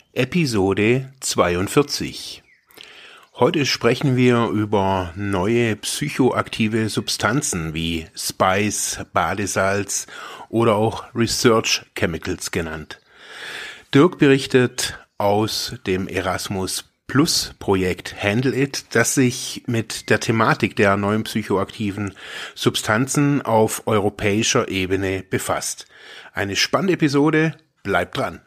Episode 42. Heute sprechen wir über neue psychoaktive Substanzen wie Spice, Badesalz oder auch Research Chemicals genannt. Dirk berichtet aus dem Erasmus Plus Projekt Handle It, das sich mit der Thematik der neuen psychoaktiven Substanzen auf europäischer Ebene befasst. Eine spannende Episode, bleibt dran!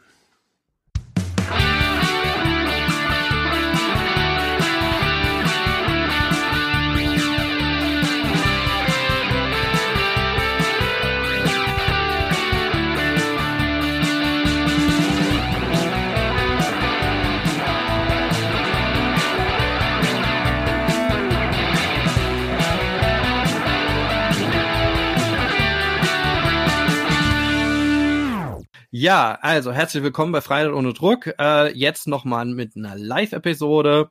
Ja, also herzlich willkommen bei Freiheit ohne Druck. Jetzt nochmal mit einer Live-Episode.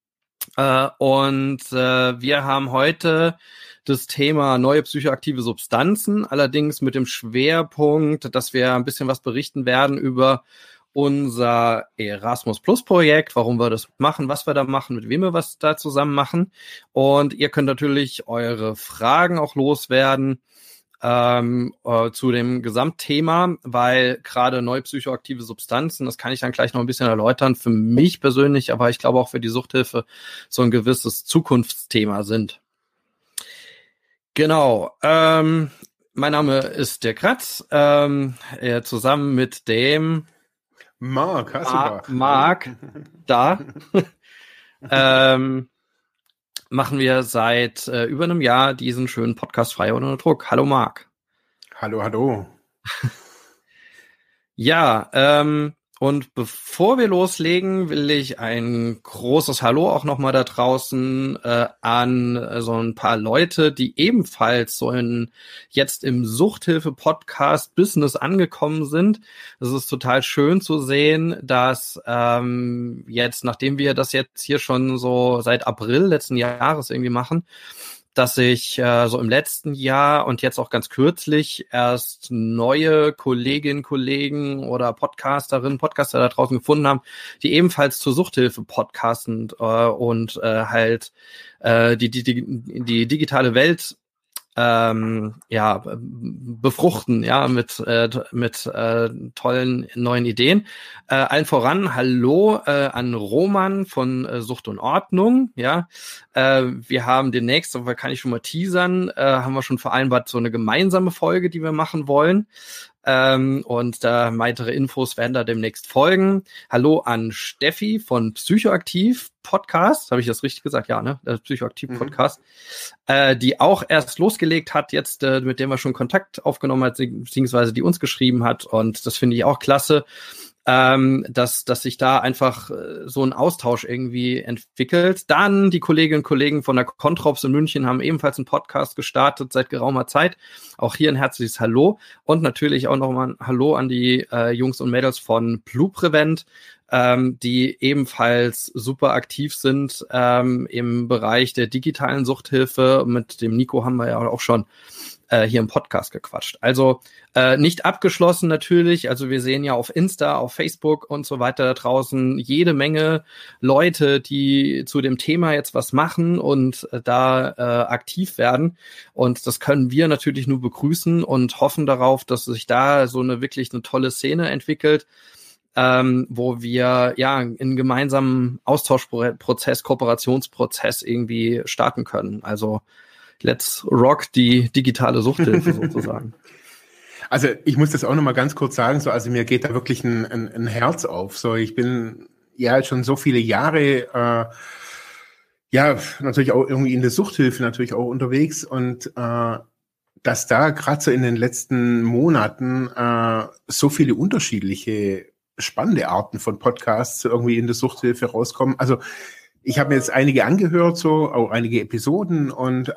Wir haben heute das Thema neue psychoaktive Substanzen, allerdings mit dem Schwerpunkt, dass wir ein bisschen was berichten werden über unser Erasmus Plus Projekt, warum wir das machen, was wir da machen, mit wem wir was da zusammen machen. Und ihr könnt natürlich eure Fragen auch loswerden zu dem Gesamtthema, weil gerade neue psychoaktive Substanzen, das kann ich dann gleich noch ein bisschen erläutern, für mich persönlich, aber ich glaube auch für die Suchthilfe so ein gewisses Zukunftsthema sind. Genau, mein Name ist Dirk Kratz, zusammen mit dem Marc Hasselbach. Marc, da. Machen wir seit über einem Jahr diesen schönen Podcast Frei ohne Druck. Hallo Marc. Hallo. Ja, und bevor wir loslegen, will ich ein großes Hallo auch nochmal da draußen an so ein paar Leute, die ebenfalls jetzt im Suchthilfe-Podcast-Business angekommen sind. Es ist total schön zu sehen, dass jetzt, nachdem wir das jetzt hier schon so seit April letzten Jahres irgendwie machen, dass sich so im letzten Jahr und jetzt auch ganz kürzlich erst neue Kolleginnen, Kollegen oder Podcaster da draußen gefunden haben, die ebenfalls zur Suchthilfe podcasten und die digitale Welt befruchten, mit tollen neuen Ideen. Allen voran Hallo an Roman von Sucht und Ordnung. Ja, wir haben demnächst, aber kann ich schon mal teasern, haben wir schon vereinbart so eine gemeinsame Folge, die wir machen wollen. Und weitere Infos werden da demnächst folgen. Hallo an Steffi von Psychoaktiv Podcast, habe ich das richtig gesagt? Ja, ne? Psychoaktiv Podcast, die auch erst losgelegt hat, jetzt mit dem wir schon Kontakt aufgenommen hat, beziehungsweise die uns geschrieben hat. Und das finde ich auch klasse, dass sich da einfach so ein Austausch irgendwie entwickelt. Dann die Kolleginnen und Kollegen von der Kontrops in München haben ebenfalls einen Podcast gestartet seit geraumer Zeit. Auch hier ein herzliches Hallo und natürlich auch nochmal ein Hallo an die Jungs und Mädels von Blue Prevent, die ebenfalls super aktiv sind im Bereich der digitalen Suchthilfe. Mit dem Nico haben wir ja auch schon hier im Podcast gequatscht. Also nicht abgeschlossen natürlich. Also wir sehen ja auf Insta, auf Facebook und so weiter da draußen jede Menge Leute, die zu dem Thema jetzt was machen und da aktiv werden. Und das können wir natürlich nur begrüßen und hoffen darauf, dass sich da so wirklich eine tolle Szene entwickelt, wo wir in gemeinsamen Austauschprozess, Kooperationsprozess irgendwie starten können. Also let's rock die digitale Suchthilfe sozusagen. Also ich muss das auch noch mal ganz kurz sagen, also mir geht da wirklich ein Herz auf. So, ich bin ja schon so viele Jahre natürlich auch irgendwie in der Suchthilfe natürlich auch unterwegs und dass da gerade so in den letzten Monaten so viele unterschiedliche spannende Arten von Podcasts irgendwie in der Suchthilfe rauskommen. Also ich habe mir jetzt einige angehört, so auch einige Episoden und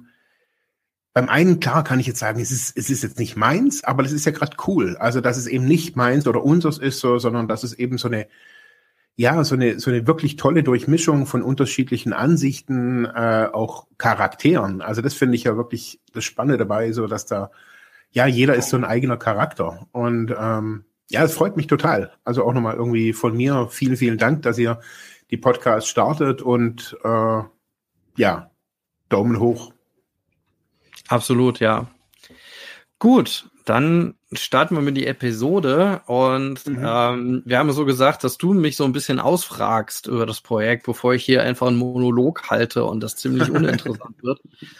beim einen, klar, kann ich jetzt sagen, es ist jetzt nicht meins, aber das ist ja gerade cool. Also, dass es eben nicht meins oder unseres ist, sondern dass es eben so eine wirklich tolle Durchmischung von unterschiedlichen Ansichten, auch Charakteren. Also, das finde ich ja wirklich das Spannende dabei, so dass da, jeder ist so ein eigener Charakter. Und Ja, es freut mich total. Also auch nochmal irgendwie von mir vielen, vielen Dank, dass ihr die Podcasts startet und ja, Daumen hoch. Absolut, ja. Gut, dann starten wir mit die Episode und wir haben so gesagt, dass du mich so ein bisschen ausfragst über das Projekt, bevor ich hier einfach einen Monolog halte und das ziemlich uninteressant wird.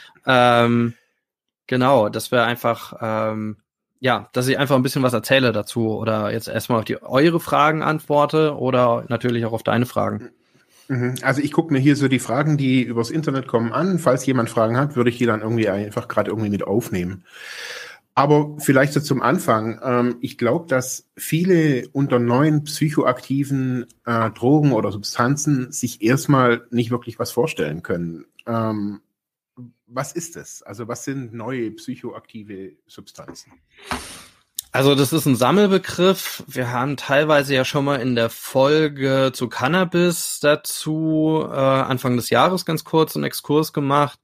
Genau, dass wir einfach, dass ich einfach ein bisschen was erzähle dazu oder jetzt erstmal auf eure Fragen antworte oder natürlich auch auf deine Fragen. Also ich gucke mir hier so die Fragen, die übers Internet kommen, an. Falls jemand Fragen hat, würde ich die dann irgendwie einfach gerade irgendwie mit aufnehmen. Aber vielleicht so zum Anfang. Ich glaube, dass viele unter neuen psychoaktiven Drogen oder Substanzen sich erstmal nicht wirklich was vorstellen können. Was ist es? Also was sind neue psychoaktive Substanzen? Also das ist ein Sammelbegriff. Wir haben teilweise ja schon mal in der Folge zu Cannabis dazu Anfang des Jahres ganz kurz einen Exkurs gemacht,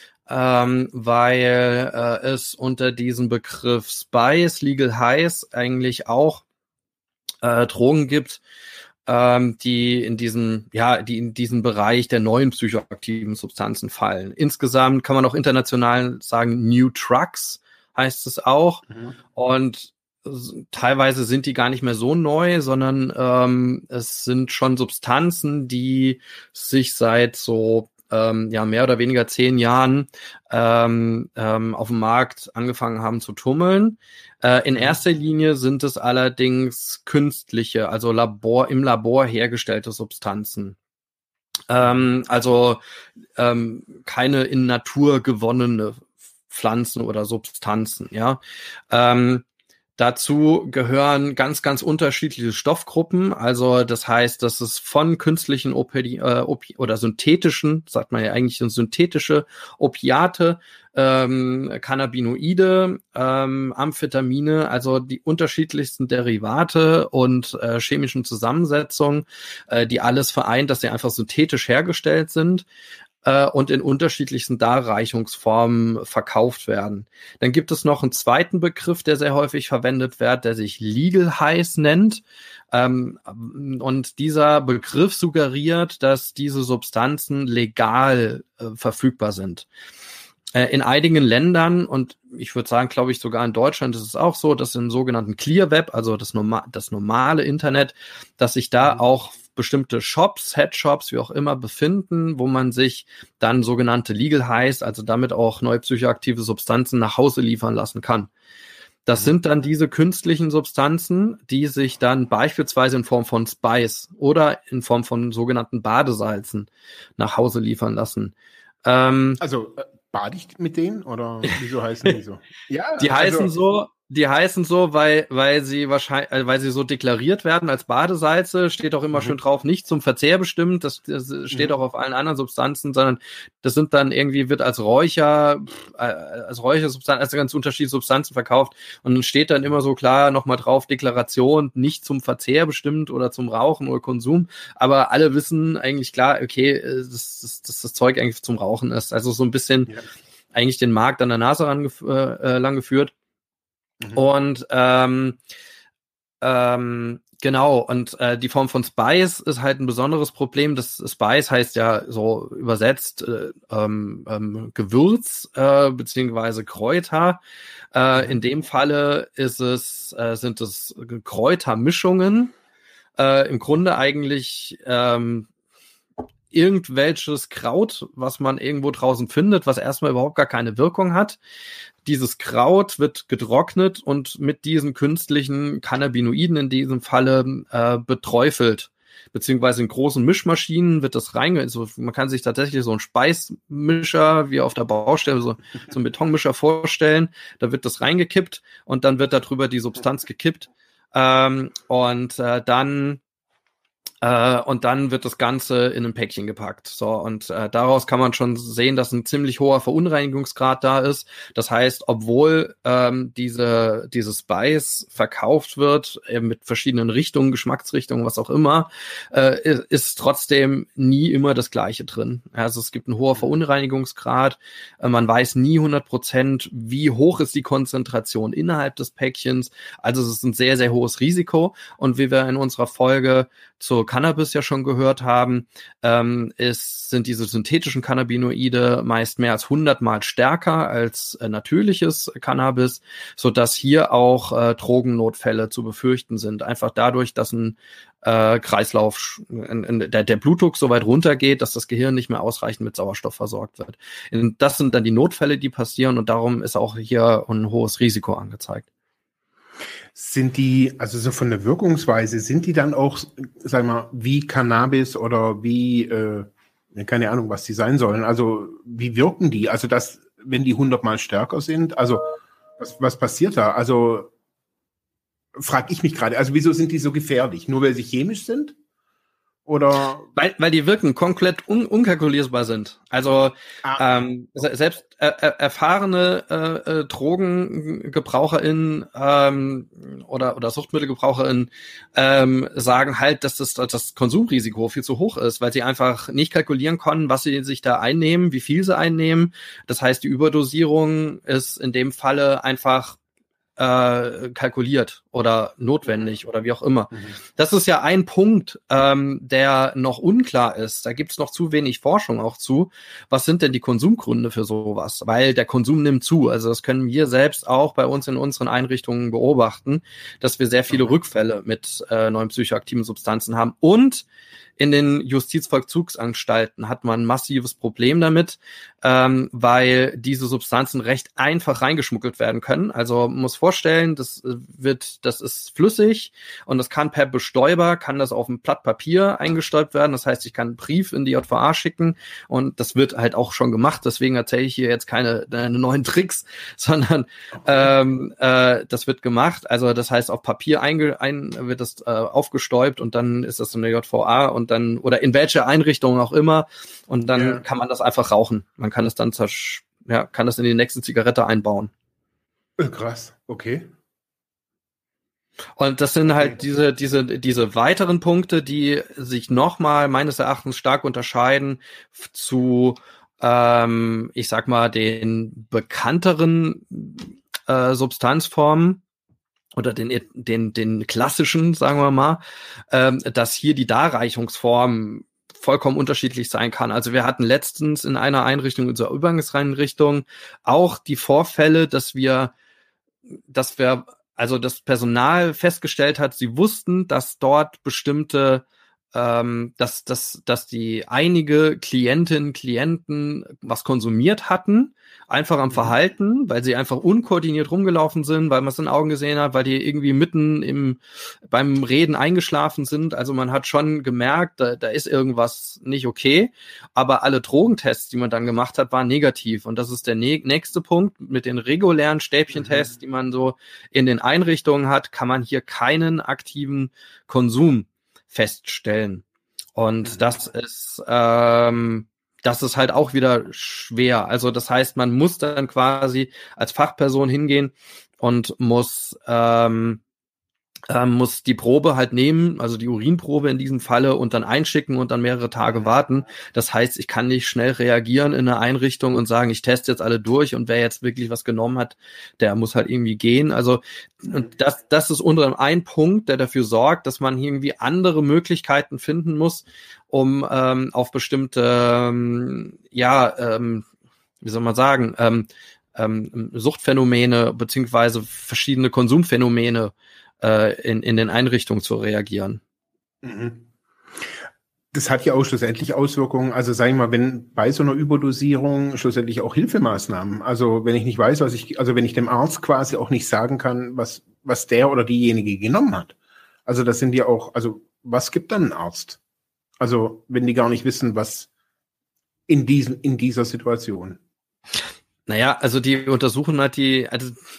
weil es unter diesem Begriff Spice, Legal Highs eigentlich auch Drogen gibt, die in diesen Bereich der neuen psychoaktiven Substanzen fallen. Insgesamt kann man auch international sagen, New Drugs heißt es auch. Und teilweise sind die gar nicht mehr so neu, sondern es sind schon Substanzen, die sich seit so mehr oder weniger 10 Jahren auf dem Markt angefangen haben zu tummeln. In erster Linie sind es allerdings künstliche, also im Labor hergestellte Substanzen. Also keine in Natur gewonnene Pflanzen oder Substanzen, ja. Dazu gehören ganz, ganz unterschiedliche Stoffgruppen. Also das heißt, dass es von künstlichen oder synthetischen, sagt man ja eigentlich synthetische Opiate, Cannabinoide, Amphetamine, also die unterschiedlichsten Derivate und chemischen Zusammensetzungen, die alles vereint, dass sie einfach synthetisch hergestellt sind und in unterschiedlichsten Darreichungsformen verkauft werden. Dann gibt es noch einen zweiten Begriff, der sehr häufig verwendet wird, der sich Legal Highs nennt. Und dieser Begriff suggeriert, dass diese Substanzen legal verfügbar sind. In einigen Ländern, und ich würde sagen, glaube ich, sogar in Deutschland ist es auch so, dass im sogenannten Clear Web, also das normale Internet, dass sich da auch bestimmte Shops, Headshops, wie auch immer, befinden, wo man sich dann sogenannte Legal Highs, also damit auch neue psychoaktive Substanzen nach Hause liefern lassen kann. Das sind dann diese künstlichen Substanzen, die sich dann beispielsweise in Form von Spice oder in Form von sogenannten Badesalzen nach Hause liefern lassen. Bade ich mit denen oder wieso heißen die so? Ja, Die heißen so, weil sie so deklariert werden als Badesalze, steht auch immer schön drauf, nicht zum Verzehr bestimmt, das steht auch auf allen anderen Substanzen, sondern das sind dann irgendwie, wird als Räuchersubstanz, also ganz unterschiedliche Substanzen verkauft und dann steht dann immer so klar nochmal drauf, Deklaration, nicht zum Verzehr bestimmt oder zum Rauchen oder Konsum, aber alle wissen eigentlich klar, okay, dass das Zeug eigentlich zum Rauchen ist, also so ein bisschen eigentlich den Markt an der Nase lang geführt. Und genau, und die Form von Spice ist halt ein besonderes Problem. Das Spice heißt ja so übersetzt Gewürz beziehungsweise Kräuter. In dem Falle sind es Kräutermischungen. Im Grunde eigentlich irgendwelches Kraut, was man irgendwo draußen findet, was erstmal überhaupt gar keine Wirkung hat. Dieses Kraut wird getrocknet und mit diesen künstlichen Cannabinoiden in diesem Falle beträufelt. Beziehungsweise in großen Mischmaschinen wird das also man kann sich tatsächlich so einen Speismischer wie auf der Baustelle, so einen Betonmischer vorstellen. Da wird das reingekippt und dann wird darüber die Substanz gekippt. Dann Und dann wird das Ganze in ein Päckchen gepackt. So, und daraus kann man schon sehen, dass ein ziemlich hoher Verunreinigungsgrad da ist. Das heißt, obwohl diese Spice verkauft wird, mit verschiedenen Richtungen, Geschmacksrichtungen, was auch immer, ist trotzdem nie immer das Gleiche drin. Also es gibt einen hohen Verunreinigungsgrad. Man weiß nie 100%, wie hoch ist die Konzentration innerhalb des Päckchens. Also es ist ein sehr, sehr hohes Risiko. Und wie wir in unserer Folge zu Cannabis ja schon gehört haben, sind diese synthetischen Cannabinoide meist mehr als 100-mal stärker als natürliches Cannabis, sodass hier auch Drogennotfälle zu befürchten sind. Einfach dadurch, dass ein Kreislauf, der Blutdruck so weit runtergeht, dass das Gehirn nicht mehr ausreichend mit Sauerstoff versorgt wird. Das sind dann die Notfälle, die passieren, und darum ist auch hier ein hohes Risiko angezeigt. Sind die, also so von der Wirkungsweise, sind die dann auch, sag mal, wie Cannabis oder wie, keine Ahnung, was die sein sollen, also wie wirken die? Also wenn die 100-mal stärker sind, also was passiert da? Also frage ich mich gerade, also wieso sind die so gefährlich? Nur weil sie chemisch sind? Oder? Weil die Wirken komplett unkalkulierbar sind. Also selbst erfahrene DrogengebraucherInnen oder SuchtmittelgebraucherInnen sagen halt, dass das Konsumrisiko viel zu hoch ist, weil sie einfach nicht kalkulieren konnten, was sie sich da einnehmen, wie viel sie einnehmen. Das heißt, die Überdosierung ist in dem Falle einfach kalkuliert oder notwendig oder wie auch immer. Das ist ja ein Punkt, der noch unklar ist. Da gibt's noch zu wenig Forschung auch zu. Was sind denn die Konsumgründe für sowas? Weil der Konsum nimmt zu. Also das können wir selbst auch bei uns in unseren Einrichtungen beobachten, dass wir sehr viele Rückfälle mit neuen psychoaktiven Substanzen haben. Und in den Justizvollzugsanstalten hat man ein massives Problem damit, weil diese Substanzen recht einfach reingeschmuggelt werden können. Also man muss vorstellen, das ist flüssig und das kann per Bestäuber, kann das auf ein Blatt Papier eingestäubt werden. Das heißt, ich kann einen Brief in die JVA schicken und das wird halt auch schon gemacht. Deswegen erzähle ich hier jetzt keine neuen Tricks, sondern das wird gemacht. Also das heißt, auf Papier wird das aufgestäubt und dann ist das in der JVA und dann, oder in welche Einrichtung auch immer, und dann kann man das einfach rauchen. Man kann es dann kann das in die nächste Zigarette einbauen. Krass, okay. Und das sind halt diese weiteren Punkte, die sich nochmal meines Erachtens stark unterscheiden zu, ich sag mal, den bekannteren Substanzformen oder den klassischen, sagen wir mal, dass hier die Darreichungsform vollkommen unterschiedlich sein kann. Also wir hatten letztens in einer Einrichtung, unserer Übergangseinrichtung, auch die Vorfälle, dass also das Personal festgestellt hat, sie wussten, dass dort bestimmte, dass die einige Klientinnen, Klienten was konsumiert hatten, einfach am Verhalten, weil sie einfach unkoordiniert rumgelaufen sind, weil man es in den Augen gesehen hat, weil die irgendwie mitten beim Reden eingeschlafen sind. Also man hat schon gemerkt, da ist irgendwas nicht okay. Aber alle Drogentests, die man dann gemacht hat, waren negativ. Und das ist der nächste Punkt. Mit den regulären Stäbchentests, die man so in den Einrichtungen hat, kann man hier keinen aktiven Konsum feststellen. Und das ist halt auch wieder schwer. Also das heißt, man muss dann quasi als Fachperson hingehen und muss die Probe halt nehmen, also die Urinprobe in diesem Falle, und dann einschicken und dann mehrere Tage warten. Das heißt, ich kann nicht schnell reagieren in einer Einrichtung und sagen, ich teste jetzt alle durch, und wer jetzt wirklich was genommen hat, der muss halt irgendwie gehen. Also und das ist unter anderem ein Punkt, der dafür sorgt, dass man irgendwie andere Möglichkeiten finden muss, um auf bestimmte, wie soll man sagen, Suchtphänomene beziehungsweise verschiedene Konsumphänomene in den Einrichtungen zu reagieren. Das hat ja auch schlussendlich Auswirkungen, also sag ich mal, wenn bei so einer Überdosierung schlussendlich auch Hilfemaßnahmen, also wenn ich nicht weiß, wenn ich dem Arzt quasi auch nicht sagen kann, was der oder diejenige genommen hat. Also das sind ja auch, also was gibt dann ein Arzt? Also wenn die gar nicht wissen, was in dieser Situation. Naja, also die untersuchen halt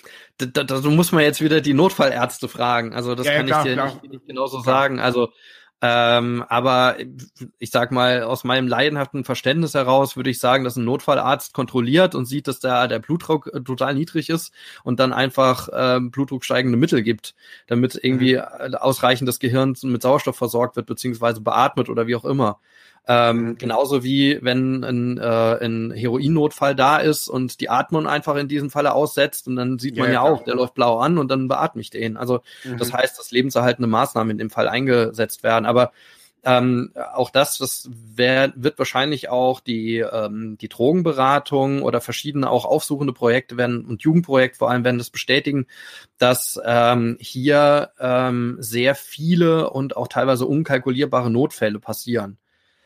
da muss man jetzt wieder die Notfallärzte fragen. Also das kann ich dir nicht genauso sagen. Also Aber ich sag mal, aus meinem laienhaften Verständnis heraus würde ich sagen, dass ein Notfallarzt kontrolliert und sieht, dass da der Blutdruck total niedrig ist und dann einfach blutdrucksteigende Mittel gibt, damit irgendwie ausreichend das Gehirn mit Sauerstoff versorgt wird, beziehungsweise beatmet oder wie auch immer. Genauso wie wenn ein Heroinnotfall da ist und die Atmung einfach in diesem Falle aussetzt und dann sieht man ja auch, der läuft blau an und dann beatme ich den. Also das heißt, dass lebenserhaltende Maßnahmen in dem Fall eingesetzt werden. Aber auch das wird wahrscheinlich auch die Drogenberatung oder verschiedene auch aufsuchende Projekte werden und Jugendprojekte vor allem werden das bestätigen, dass hier sehr viele und auch teilweise unkalkulierbare Notfälle passieren.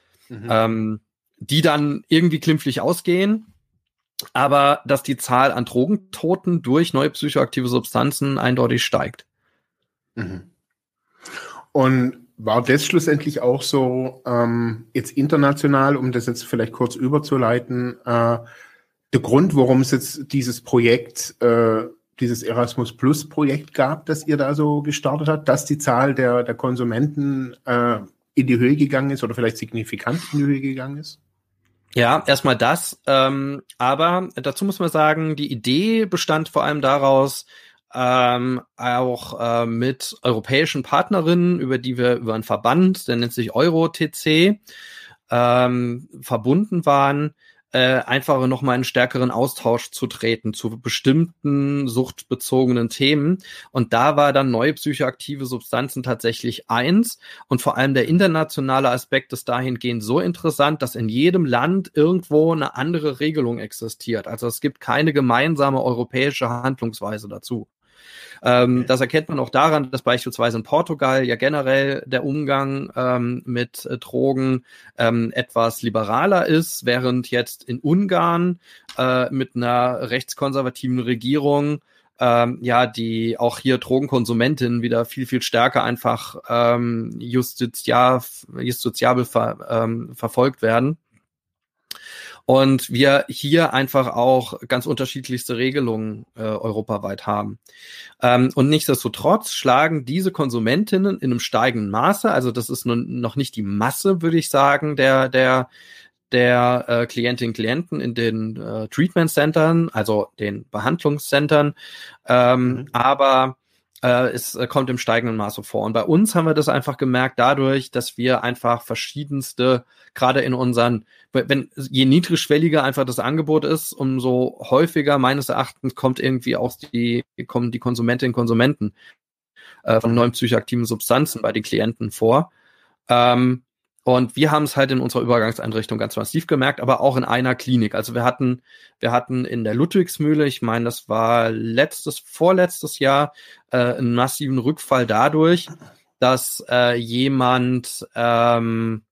Die dann irgendwie glimpflich ausgehen, aber dass die Zahl an Drogentoten durch neue psychoaktive Substanzen eindeutig steigt. Und war das schlussendlich auch so, jetzt international, um das jetzt vielleicht kurz überzuleiten, der Grund, warum es jetzt dieses Projekt, dieses Erasmus Plus Projekt gab, das ihr da so gestartet habt, dass die Zahl der Konsumenten in die Höhe gegangen ist oder vielleicht signifikant in die Höhe gegangen ist? Ja, erstmal das. Aber dazu muss man sagen, die Idee bestand vor allem daraus, auch mit europäischen Partnerinnen, über die wir über einen Verband, der nennt sich EuroTC, verbunden waren, einfach nochmal einen stärkeren Austausch zu treten zu bestimmten suchtbezogenen Themen. Und da war dann neue psychoaktive Substanzen tatsächlich eins. Und vor allem der internationale Aspekt ist dahingehend so interessant, dass in jedem Land irgendwo eine andere Regelung existiert. Also es gibt keine gemeinsame europäische Handlungsweise dazu. Das erkennt man auch daran, dass beispielsweise in Portugal ja generell der Umgang mit Drogen etwas liberaler ist, während jetzt in Ungarn mit einer rechtskonservativen Regierung die auch hier Drogenkonsumentinnen wieder viel, viel stärker einfach justiziabel verfolgt werden. Und wir hier einfach auch ganz unterschiedlichste Regelungen europaweit haben. Und nichtsdestotrotz schlagen diese Konsumentinnen in einem steigenden Maße, also das ist noch nicht die Masse, würde ich sagen, der Klientinnen und Klienten in den Treatment Centern, also den Behandlungscentern, aber es kommt im steigenden Maße vor. Und bei uns haben wir das einfach gemerkt dadurch, dass wir einfach verschiedenste, gerade in unseren, je niedrigschwelliger einfach das Angebot ist, umso häufiger meines Erachtens kommen die Konsumentinnen und Konsumenten von neuen psychoaktiven Substanzen bei den Klienten vor. Und wir haben es halt in unserer Übergangseinrichtung ganz massiv gemerkt, aber auch in einer Klinik. Also wir hatten in der Ludwigsmühle, ich meine, das war vorletztes Jahr, einen massiven Rückfall dadurch, dass jemand ein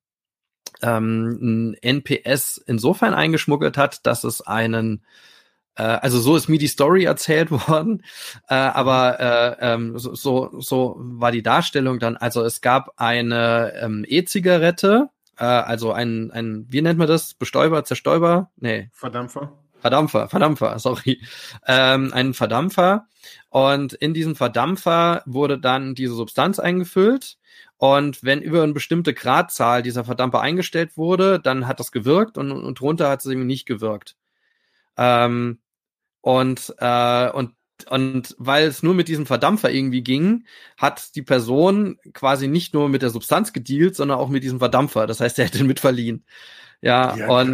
NPS insofern eingeschmuggelt hat, dass es also so ist mir die Story erzählt worden, aber so war die Darstellung dann. Also es gab eine E-Zigarette, also ein wie nennt man das? Zerstäuber? Nee. Verdampfer, sorry. Ein Verdampfer. Und in diesem Verdampfer wurde dann diese Substanz eingefüllt. Und wenn über eine bestimmte Gradzahl dieser Verdampfer eingestellt wurde, dann hat das gewirkt und drunter hat es eben nicht gewirkt. Und weil es nur mit diesem Verdampfer irgendwie ging, hat die Person quasi nicht nur mit der Substanz gedealt, sondern auch mit diesem Verdampfer. Das heißt, er hätte ihn mitverliehen. Ja,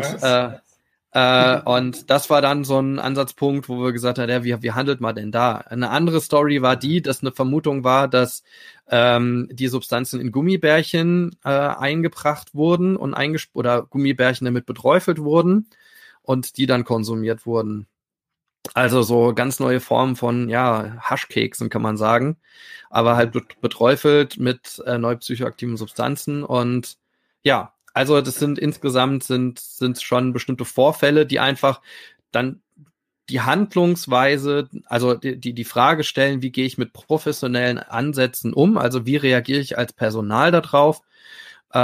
und das war dann so ein Ansatzpunkt, wo wir gesagt haben, ja, wie handelt man denn da? Eine andere Story war dass eine Vermutung war, dass die Substanzen in Gummibärchen eingebracht wurden und oder Gummibärchen damit beträufelt wurden und die dann konsumiert wurden. Also so ganz neue Formen von, Haschkeksen kann man sagen, aber halt beträufelt mit neu psychoaktiven Substanzen und ja, also das sind insgesamt sind schon bestimmte Vorfälle, die einfach dann die Handlungsweise, also die Frage stellen, wie gehe ich mit professionellen Ansätzen um, also wie reagiere ich als Personal darauf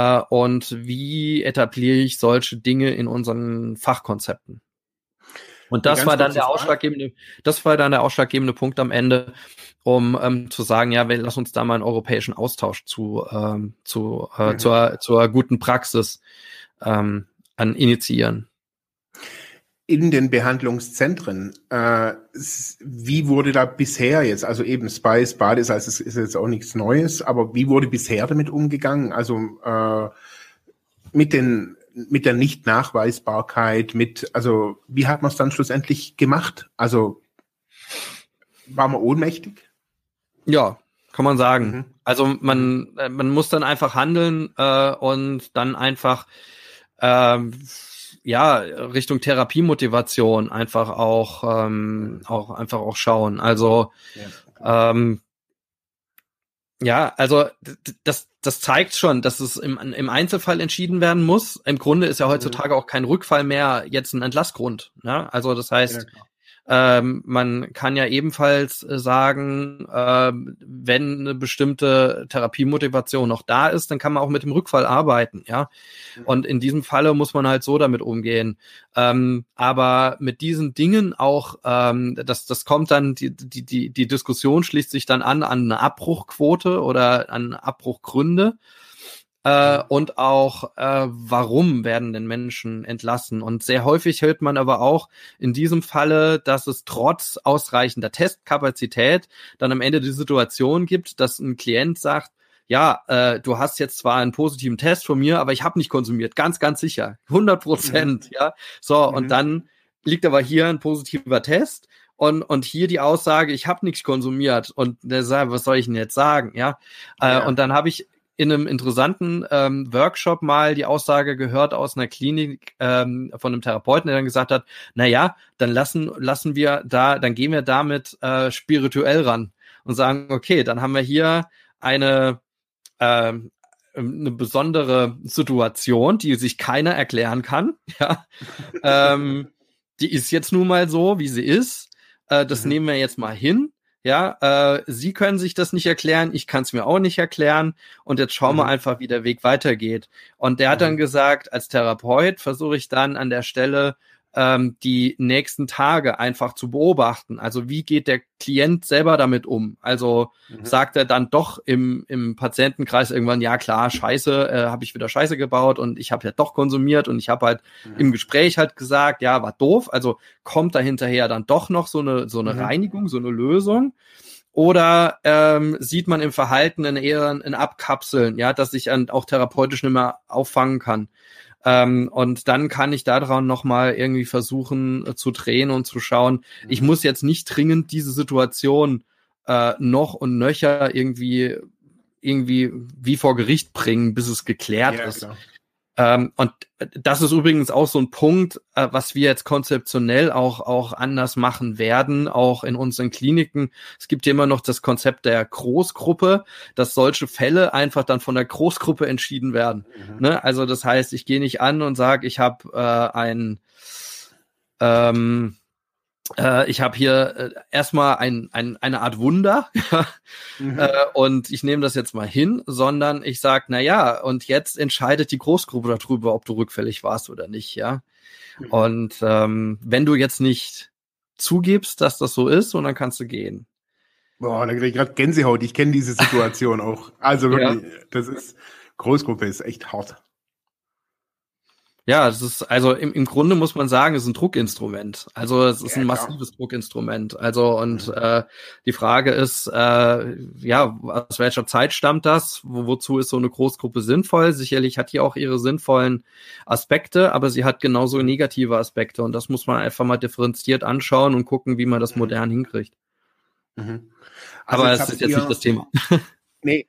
und wie etabliere ich solche Dinge in unseren Fachkonzepten. Und das war dann der ausschlaggebende Punkt am Ende, um zu sagen, ja, lass uns da mal einen europäischen Austausch zur guten Praxis initiieren. In den Behandlungszentren, wie wurde da bisher jetzt, also eben Spice, Badesalz, das ist jetzt auch nichts Neues, aber wie wurde bisher damit umgegangen? Also mit der Nicht-Nachweisbarkeit, also wie hat man es dann schlussendlich gemacht? Also war man ohnmächtig? Ja, kann man sagen. Also man muss dann einfach handeln und dann einfach Richtung Therapiemotivation einfach auch schauen. Also also das zeigt schon, dass es im Einzelfall entschieden werden muss. Im Grunde ist ja heutzutage auch kein Rückfall mehr jetzt ein Entlassgrund. Ne? Also das heißt, man kann ja ebenfalls sagen, wenn eine bestimmte Therapiemotivation noch da ist, dann kann man auch mit dem Rückfall arbeiten, ja. Und in diesem Falle muss man halt so damit umgehen. Aber mit diesen Dingen auch, das kommt dann, die Diskussion schließt sich dann an eine Abbruchquote oder an Abbruchgründe. Und auch, warum werden denn Menschen entlassen? Und sehr häufig hört man aber auch in diesem Falle, dass es trotz ausreichender Testkapazität dann am Ende die Situation gibt, dass ein Klient sagt, ja, du hast jetzt zwar einen positiven Test von mir, aber ich habe nicht konsumiert, ganz, ganz sicher, 100%, ja. So, und dann liegt aber hier ein positiver Test und hier die Aussage, ich habe nichts konsumiert. Und der sagt, was soll ich denn jetzt sagen, ja? Und dann habe ich in einem interessanten Workshop mal die Aussage gehört aus einer Klinik von einem Therapeuten, der dann gesagt hat, naja, dann dann gehen wir damit spirituell ran und sagen, okay, dann haben wir hier eine besondere Situation, die sich keiner erklären kann, ja. Die ist jetzt nun mal so, wie sie ist. Das nehmen wir jetzt mal hin. Ja, Sie können sich das nicht erklären, ich kann es mir auch nicht erklären und jetzt schauen wir einfach, wie der Weg weitergeht. Und der hat dann gesagt, als Therapeut versuche ich dann an der Stelle die nächsten Tage einfach zu beobachten. Also wie geht der Klient selber damit um? Also sagt er dann doch im Patientenkreis irgendwann, ja klar, scheiße, habe ich wieder Scheiße gebaut und ich habe ja doch konsumiert und ich habe halt im Gespräch halt gesagt, ja, war doof. Also kommt da hinterher dann doch noch so eine Reinigung, so eine Lösung? Oder sieht man im Verhalten eher ein Abkapseln, ja, dass ich auch therapeutisch nicht mehr auffangen kann? Und dann kann ich daran nochmal irgendwie versuchen zu drehen und zu schauen, ich muss jetzt nicht dringend diese Situation noch und nöcher irgendwie wie vor Gericht bringen, bis es geklärt ist. Klar. Und das ist übrigens auch so ein Punkt, was wir jetzt konzeptionell auch anders machen werden, auch in unseren Kliniken. Es gibt ja immer noch das Konzept der Großgruppe, dass solche Fälle einfach dann von der Großgruppe entschieden werden. Ne? Also das heißt, ich gehe nicht an und sage, ich habe ich habe hier erstmal eine Art Wunder und ich nehme das jetzt mal hin, sondern ich sage, na ja, und jetzt entscheidet die Großgruppe darüber, ob du rückfällig warst oder nicht, ja. Und wenn du jetzt nicht zugibst, dass das so ist, und dann kannst du gehen. Boah, da kriege ich gerade Gänsehaut. Ich kenne diese Situation auch. Also wirklich, Großgruppe ist echt hart. Ja, es ist, also im Grunde muss man sagen, es ist ein Druckinstrument. Also es ist ein massives Druckinstrument. Also und die Frage ist, aus welcher Zeit stammt das? Wozu ist so eine Großgruppe sinnvoll? Sicherlich hat die auch ihre sinnvollen Aspekte, aber sie hat genauso negative Aspekte und das muss man einfach mal differenziert anschauen und gucken, wie man das modern hinkriegt. Also aber es ist jetzt nicht das Thema. Nee,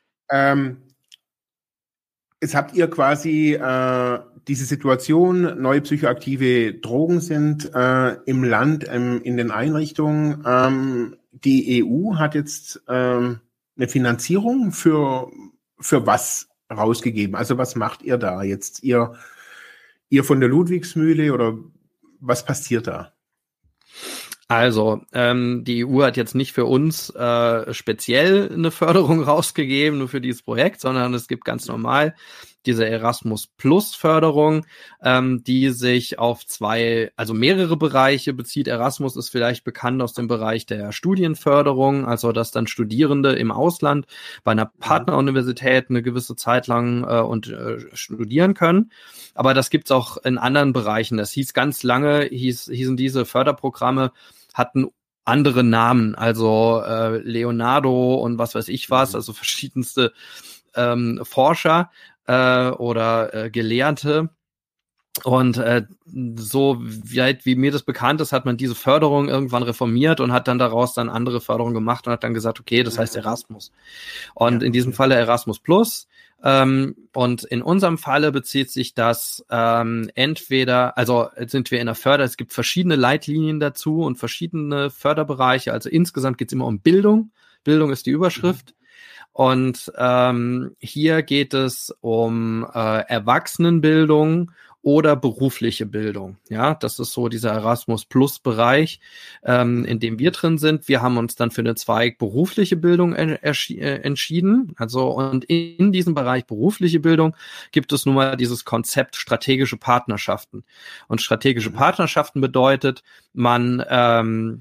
jetzt habt ihr quasi diese Situation, neue psychoaktive Drogen sind im Land, in den Einrichtungen. Die EU hat jetzt eine Finanzierung für was rausgegeben. Also was macht ihr da jetzt? Ihr von der Ludwigsmühle oder was passiert da? Also, die EU hat jetzt nicht für uns speziell eine Förderung rausgegeben, nur für dieses Projekt, sondern es gibt ganz normal diese Erasmus Plus Förderung, die sich auf mehrere Bereiche bezieht. Erasmus ist vielleicht bekannt aus dem Bereich der Studienförderung, also dass dann Studierende im Ausland bei einer Partneruniversität eine gewisse Zeit lang studieren können. Aber das gibt's auch in anderen Bereichen. Das hieß ganz lange, hießen diese Förderprogramme, hatten andere Namen, also Leonardo und was weiß ich was, also verschiedenste Forscher oder Gelehrte. Und so weit wie mir das bekannt ist, hat man diese Förderung irgendwann reformiert und hat dann daraus dann andere Förderungen gemacht und hat dann gesagt, okay, das heißt Erasmus. Und in diesem Falle Erasmus Plus. Und in unserem Falle bezieht sich das entweder, also sind wir in der es gibt verschiedene Leitlinien dazu und verschiedene Förderbereiche. Also insgesamt geht es immer um Bildung. Bildung ist die Überschrift. Und hier geht es um Erwachsenenbildung oder berufliche Bildung. Ja, das ist so dieser Erasmus-Plus-Bereich, in dem wir drin sind. Wir haben uns dann für eine Zweig berufliche Bildung entschieden. Also, und in diesem Bereich berufliche Bildung gibt es nun mal dieses Konzept strategische Partnerschaften. Und strategische Partnerschaften bedeutet, man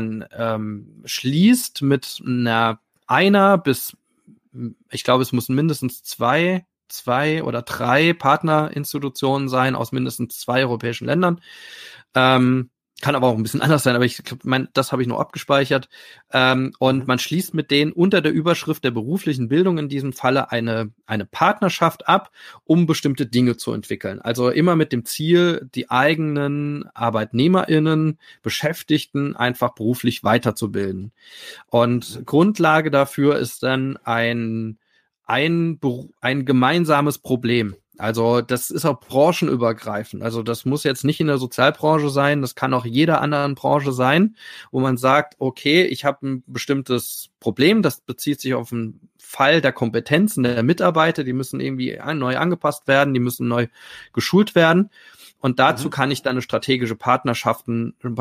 schließt mit einer bis, ich glaube, es müssen mindestens zwei oder drei Partnerinstitutionen sein aus mindestens 2 europäischen Ländern. Kann aber auch ein bisschen anders sein, aber ich glaube, das habe ich nur abgespeichert. Und man schließt mit denen unter der Überschrift der beruflichen Bildung in diesem Falle eine Partnerschaft ab, um bestimmte Dinge zu entwickeln. Also immer mit dem Ziel, die eigenen ArbeitnehmerInnen, Beschäftigten einfach beruflich weiterzubilden. Und Grundlage dafür ist dann ein gemeinsames Problem. Also das ist auch branchenübergreifend. Also das muss jetzt nicht in der Sozialbranche sein, das kann auch jeder anderen Branche sein, wo man sagt, okay, ich habe ein bestimmtes Problem, das bezieht sich auf einen Fall der Kompetenzen der Mitarbeiter, die müssen irgendwie neu angepasst werden, die müssen neu geschult werden. Und dazu kann ich dann eine strategische Partnerschaft mit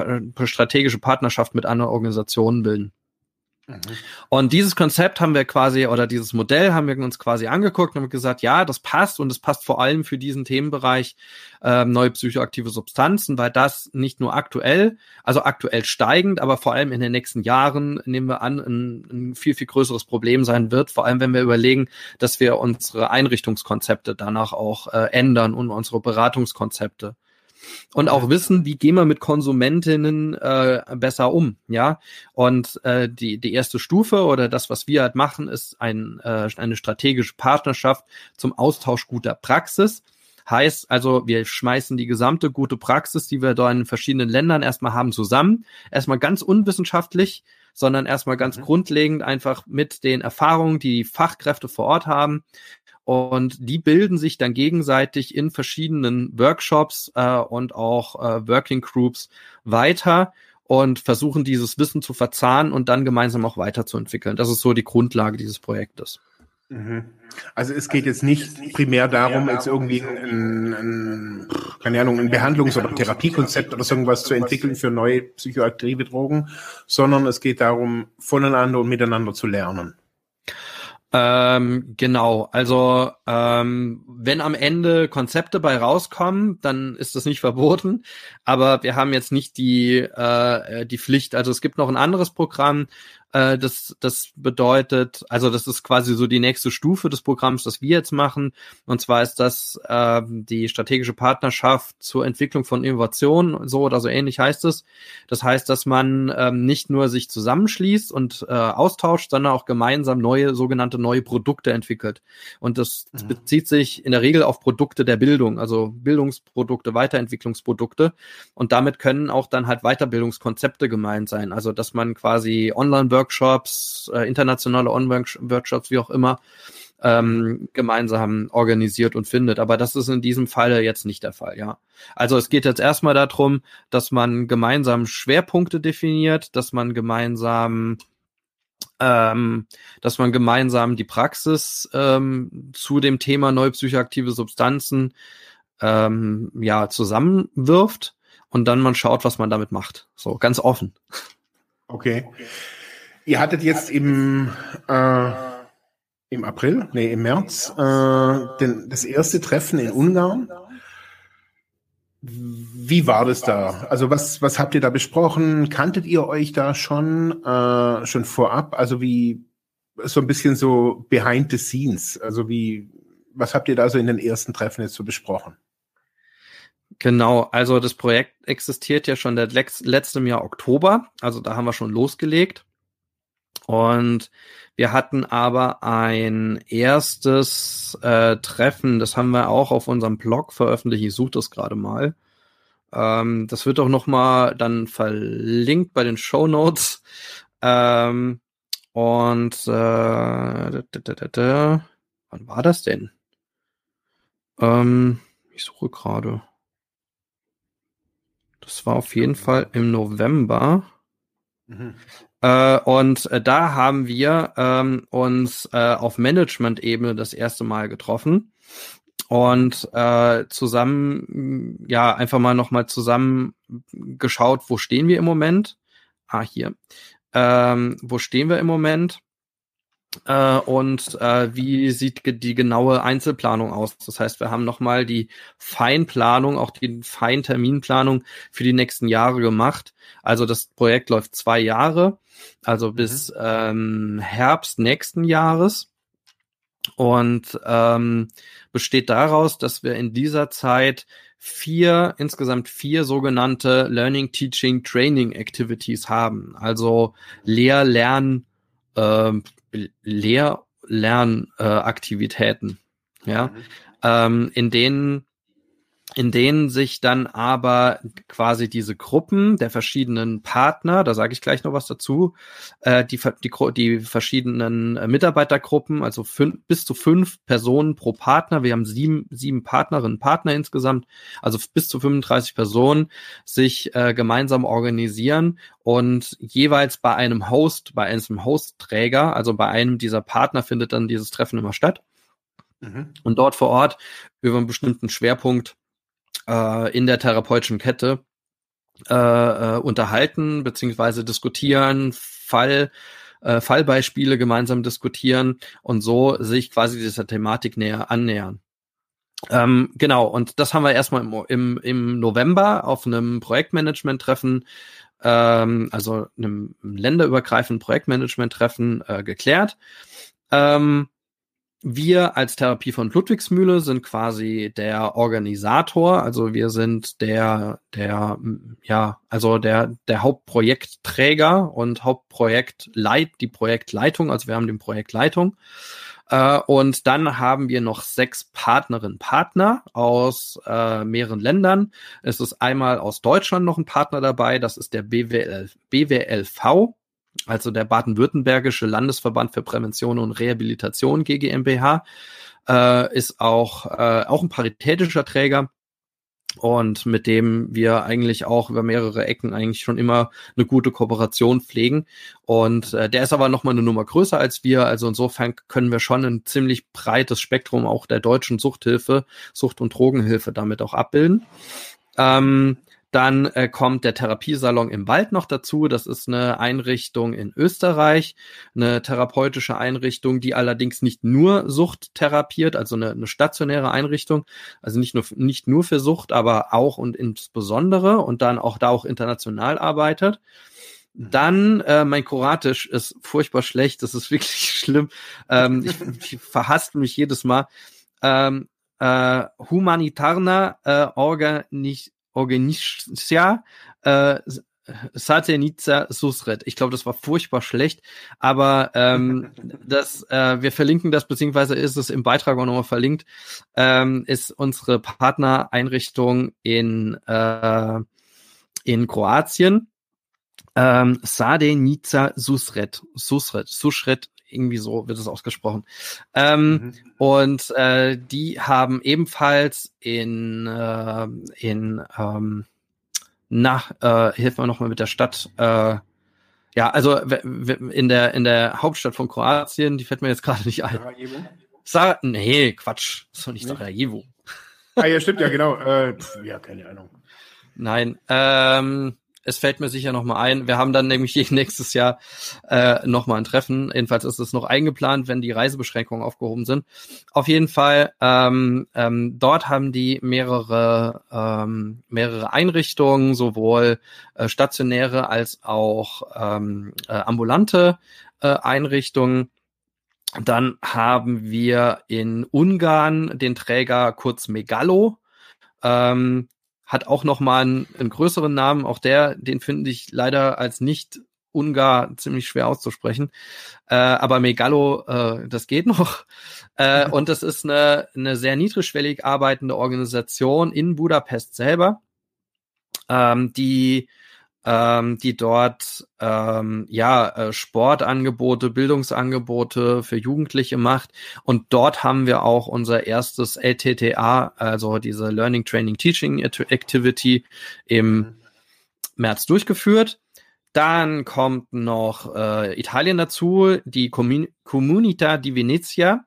anderen Organisationen bilden. Und dieses Konzept haben wir quasi, oder dieses Modell haben wir uns quasi angeguckt und haben gesagt, ja, das passt und es passt vor allem für diesen Themenbereich neue psychoaktive Substanzen, weil das nicht nur aktuell steigend, aber vor allem in den nächsten Jahren, nehmen wir an, ein viel, viel größeres Problem sein wird, vor allem wenn wir überlegen, dass wir unsere Einrichtungskonzepte danach auch ändern und unsere Beratungskonzepte. Und auch wissen, wie gehen wir mit Konsumentinnen besser um, ja. Und die erste Stufe oder das, was wir halt machen, ist eine strategische Partnerschaft zum Austausch guter Praxis. Heißt also, wir schmeißen die gesamte gute Praxis, die wir da in verschiedenen Ländern erstmal haben, zusammen. Erstmal ganz unwissenschaftlich, sondern erstmal ganz grundlegend einfach mit den Erfahrungen, die Fachkräfte vor Ort haben. Und die bilden sich dann gegenseitig in verschiedenen Workshops und auch Working Groups weiter und versuchen dieses Wissen zu verzahnen und dann gemeinsam auch weiterzuentwickeln. Das ist so die Grundlage dieses Projektes. Also es geht jetzt nicht primär darum, jetzt irgendwie ein Behandlungs- oder Therapiekonzept oder so irgendwas zu entwickeln für neue psychoaktive Drogen, sondern es geht darum, voneinander und miteinander zu lernen. Genau, also wenn am Ende Konzepte bei rauskommen, dann ist das nicht verboten, aber wir haben jetzt nicht die Pflicht. Also es gibt noch ein anderes Programm, das bedeutet, also das ist quasi so die nächste Stufe des Programms, das wir jetzt machen, und zwar ist das die strategische Partnerschaft zur Entwicklung von Innovationen, so oder so ähnlich heißt es. Das heißt, dass man nicht nur sich zusammenschließt und austauscht, sondern auch gemeinsam sogenannte neue Produkte entwickelt. Und das bezieht sich in der Regel auf Produkte der Bildung, also Bildungsprodukte, Weiterentwicklungsprodukte, und damit können auch dann halt Weiterbildungskonzepte gemeint sein, also dass man quasi Online-Workshops, internationale Online-Workshops, wie auch immer, gemeinsam organisiert und findet. Aber das ist in diesem Falle jetzt nicht der Fall, ja. Also es geht jetzt erstmal darum, dass man gemeinsam Schwerpunkte definiert, dass man gemeinsam die Praxis zu dem Thema neue psychoaktive Substanzen zusammenwirft und dann man schaut, was man damit macht. So, ganz offen. Okay. Ihr hattet jetzt Im April? Nee, im März. Das erste Treffen in Ungarn. Wie war das da? Also was habt ihr da besprochen? Kanntet ihr euch da schon vorab? Also wie so ein bisschen so behind the scenes? Also was habt ihr da so in den ersten Treffen jetzt so besprochen? Genau, also das Projekt existiert ja schon seit letztem Jahr Oktober, also da haben wir schon losgelegt. Und wir hatten aber ein erstes Treffen, das haben wir auch auf unserem Blog veröffentlicht, ich suche das gerade mal. Das wird auch nochmal dann verlinkt bei den Shownotes. Wann war das denn? Ich suche gerade. Das war auf jeden Fall im November. Mhm. Da haben wir uns auf Management-Ebene das erste Mal getroffen und zusammen, ja, einfach mal nochmal zusammen geschaut, wo stehen wir im Moment? Hier. Wo stehen wir im Moment? Wie sieht die genaue Einzelplanung aus? Das heißt, wir haben nochmal die Feinplanung, auch die Feinterminplanung für die nächsten Jahre gemacht. Also das Projekt läuft 2 Jahre, also bis Herbst nächsten Jahres und besteht daraus, dass wir in dieser Zeit insgesamt vier sogenannte Learning, Teaching, Training Activities haben. Also Lernaktivitäten, ja, in denen sich dann aber quasi diese Gruppen der verschiedenen Partner, da sage ich gleich noch was dazu, die verschiedenen Mitarbeitergruppen, also bis zu 5 Personen pro Partner, wir haben 7 Partnerinnen und Partner insgesamt, also bis zu 35 Personen, sich gemeinsam organisieren und jeweils bei einem Hostträger, also bei einem dieser Partner findet dann dieses Treffen immer statt. Und dort vor Ort über einen bestimmten Schwerpunkt in der therapeutischen Kette unterhalten beziehungsweise diskutieren, Fallbeispiele gemeinsam diskutieren und so sich quasi dieser Thematik näher annähern. Genau, und das haben wir erstmal im November auf einem Projektmanagement-Treffen, also einem länderübergreifenden Projektmanagement-Treffen geklärt. Wir als Therapie von Ludwigsmühle sind quasi der Organisator, also wir sind der Hauptprojektträger und die Projektleitung, also wir haben die Projektleitung. Und dann haben wir noch 6 Partner aus mehreren Ländern. Es ist einmal aus Deutschland noch ein Partner dabei, das ist der BWLV. Also der Baden-Württembergische Landesverband für Prävention und Rehabilitation GmbH, ist auch ein paritätischer Träger und mit dem wir eigentlich auch über mehrere Ecken eigentlich schon immer eine gute Kooperation pflegen. Und der ist aber nochmal eine Nummer größer als wir. Also insofern können wir schon ein ziemlich breites Spektrum auch der deutschen Suchthilfe, Sucht- und Drogenhilfe damit auch abbilden. Dann kommt der Therapiesalon im Wald noch dazu. Das ist eine Einrichtung in Österreich, eine therapeutische Einrichtung, die allerdings nicht nur Sucht therapiert, also eine stationäre Einrichtung, also nicht nur für Sucht, aber auch und insbesondere und dann auch da auch international arbeitet. Dann, mein Kroatisch ist furchtbar schlecht, das ist wirklich schlimm. Ich verhaspel mich jedes Mal. Humanitarna Organizacja Satenica Susret. Ich glaube, das war furchtbar schlecht, aber wir verlinken das, beziehungsweise ist es im Beitrag auch nochmal verlinkt, ist unsere Partnereinrichtung in Kroatien. Sadenica Susret, irgendwie so wird es ausgesprochen. Und die haben ebenfalls hilf mir nochmal mit der Stadt, also in der Hauptstadt von Kroatien, die fällt mir jetzt gerade nicht ein. Sarajevo? Nee, Quatsch, das ist doch nicht Sarajevo. Ja, stimmt, ja, genau. Ja, keine Ahnung. Nein, es fällt mir sicher nochmal ein. Wir haben dann nämlich nächstes Jahr nochmal ein Treffen. Jedenfalls ist es noch eingeplant, wenn die Reisebeschränkungen aufgehoben sind. Auf jeden Fall, dort haben die mehrere Einrichtungen, sowohl stationäre als auch ambulante Einrichtungen. Dann haben wir in Ungarn den Träger kurz Megalo. Hat auch nochmal einen größeren Namen. Auch den finde ich leider als Nicht-Ungar ziemlich schwer auszusprechen. Aber Megalo, das geht noch. Und das ist eine sehr niedrigschwellig arbeitende Organisation in Budapest selber, die dort Sportangebote, Bildungsangebote für Jugendliche macht. Und dort haben wir auch unser erstes LTTA, also diese Learning, Training, Teaching Activity im März durchgeführt. Dann kommt noch Italien dazu, die Comunità di Venezia.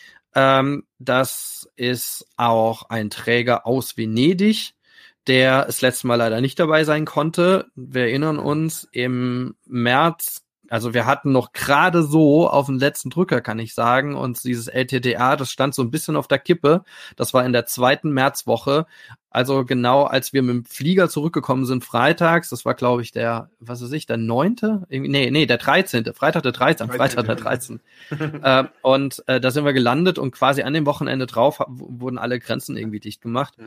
Das ist auch ein Träger aus Venedig, der das letzte Mal leider nicht dabei sein konnte. Wir erinnern uns, im März, also wir hatten noch gerade so auf den letzten Drücker, kann ich sagen, und dieses LTTA, das stand so ein bisschen auf der Kippe. Das war in der 2. Märzwoche, also genau als wir mit dem Flieger zurückgekommen sind freitags, das war glaube ich der 9.? Nee, der 13., Freitag der 13., Freitag der 13. Und da sind wir gelandet und quasi an dem Wochenende drauf wurden alle Grenzen irgendwie dicht gemacht.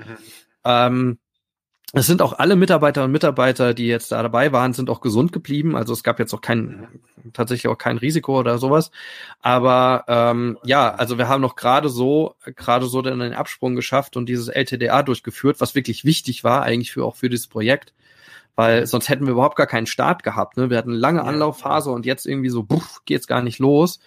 Es sind auch alle Mitarbeiterinnen und Mitarbeiter, die jetzt da dabei waren, sind auch gesund geblieben. Also es gab jetzt auch tatsächlich auch kein Risiko oder sowas. Aber also wir haben noch gerade so dann den Absprung geschafft und dieses LTDA durchgeführt, was wirklich wichtig war eigentlich auch für dieses Projekt. Weil sonst hätten wir überhaupt gar keinen Start gehabt. Ne? Wir hatten eine lange Anlaufphase und jetzt irgendwie so, geht's gar nicht los.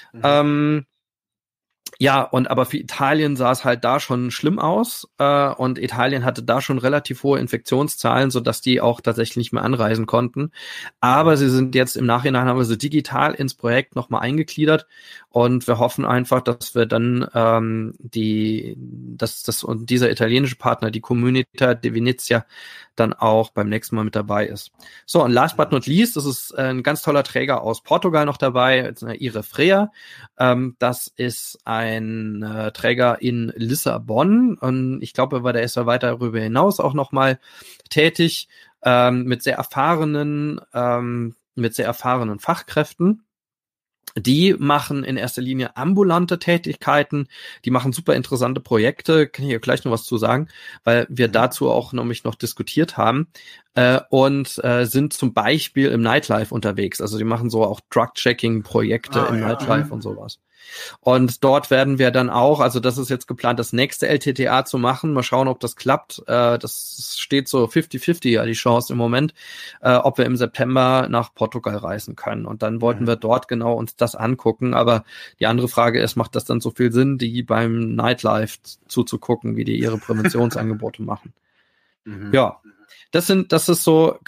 Aber für Italien sah es halt da schon schlimm aus und Italien hatte da schon relativ hohe Infektionszahlen, sodass die auch tatsächlich nicht mehr anreisen konnten. Aber sie sind jetzt im Nachhinein, haben wir sie digital ins Projekt nochmal eingegliedert und wir hoffen einfach, dass wir dann dieser italienische Partner, die Comunità di Venezia, dann auch beim nächsten Mal mit dabei ist. So, und last but not least, das ist ein ganz toller Träger aus Portugal noch dabei, Irefreia. Das ist ein Träger in Lissabon und ich glaube, der ist ja weiter darüber hinaus auch nochmal tätig, mit sehr erfahrenen Fachkräften. Die machen in erster Linie ambulante Tätigkeiten, die machen super interessante Projekte, kann ich ja gleich noch was zu sagen, weil wir dazu auch nämlich noch diskutiert haben und sind zum Beispiel im Nightlife unterwegs, also die machen so auch Drug-Checking-Projekte im Nightlife und sowas. Und dort werden wir dann auch, also das ist jetzt geplant, das nächste LTTA zu machen. Mal schauen, ob das klappt. Das steht so 50-50 ja die Chance im Moment, ob wir im September nach Portugal reisen können. Und dann wollten wir dort genau uns das angucken. Aber die andere Frage ist, macht das dann so viel Sinn, die beim Nightlife zuzugucken, wie die ihre Präventionsangebote machen? Ja. Das sind so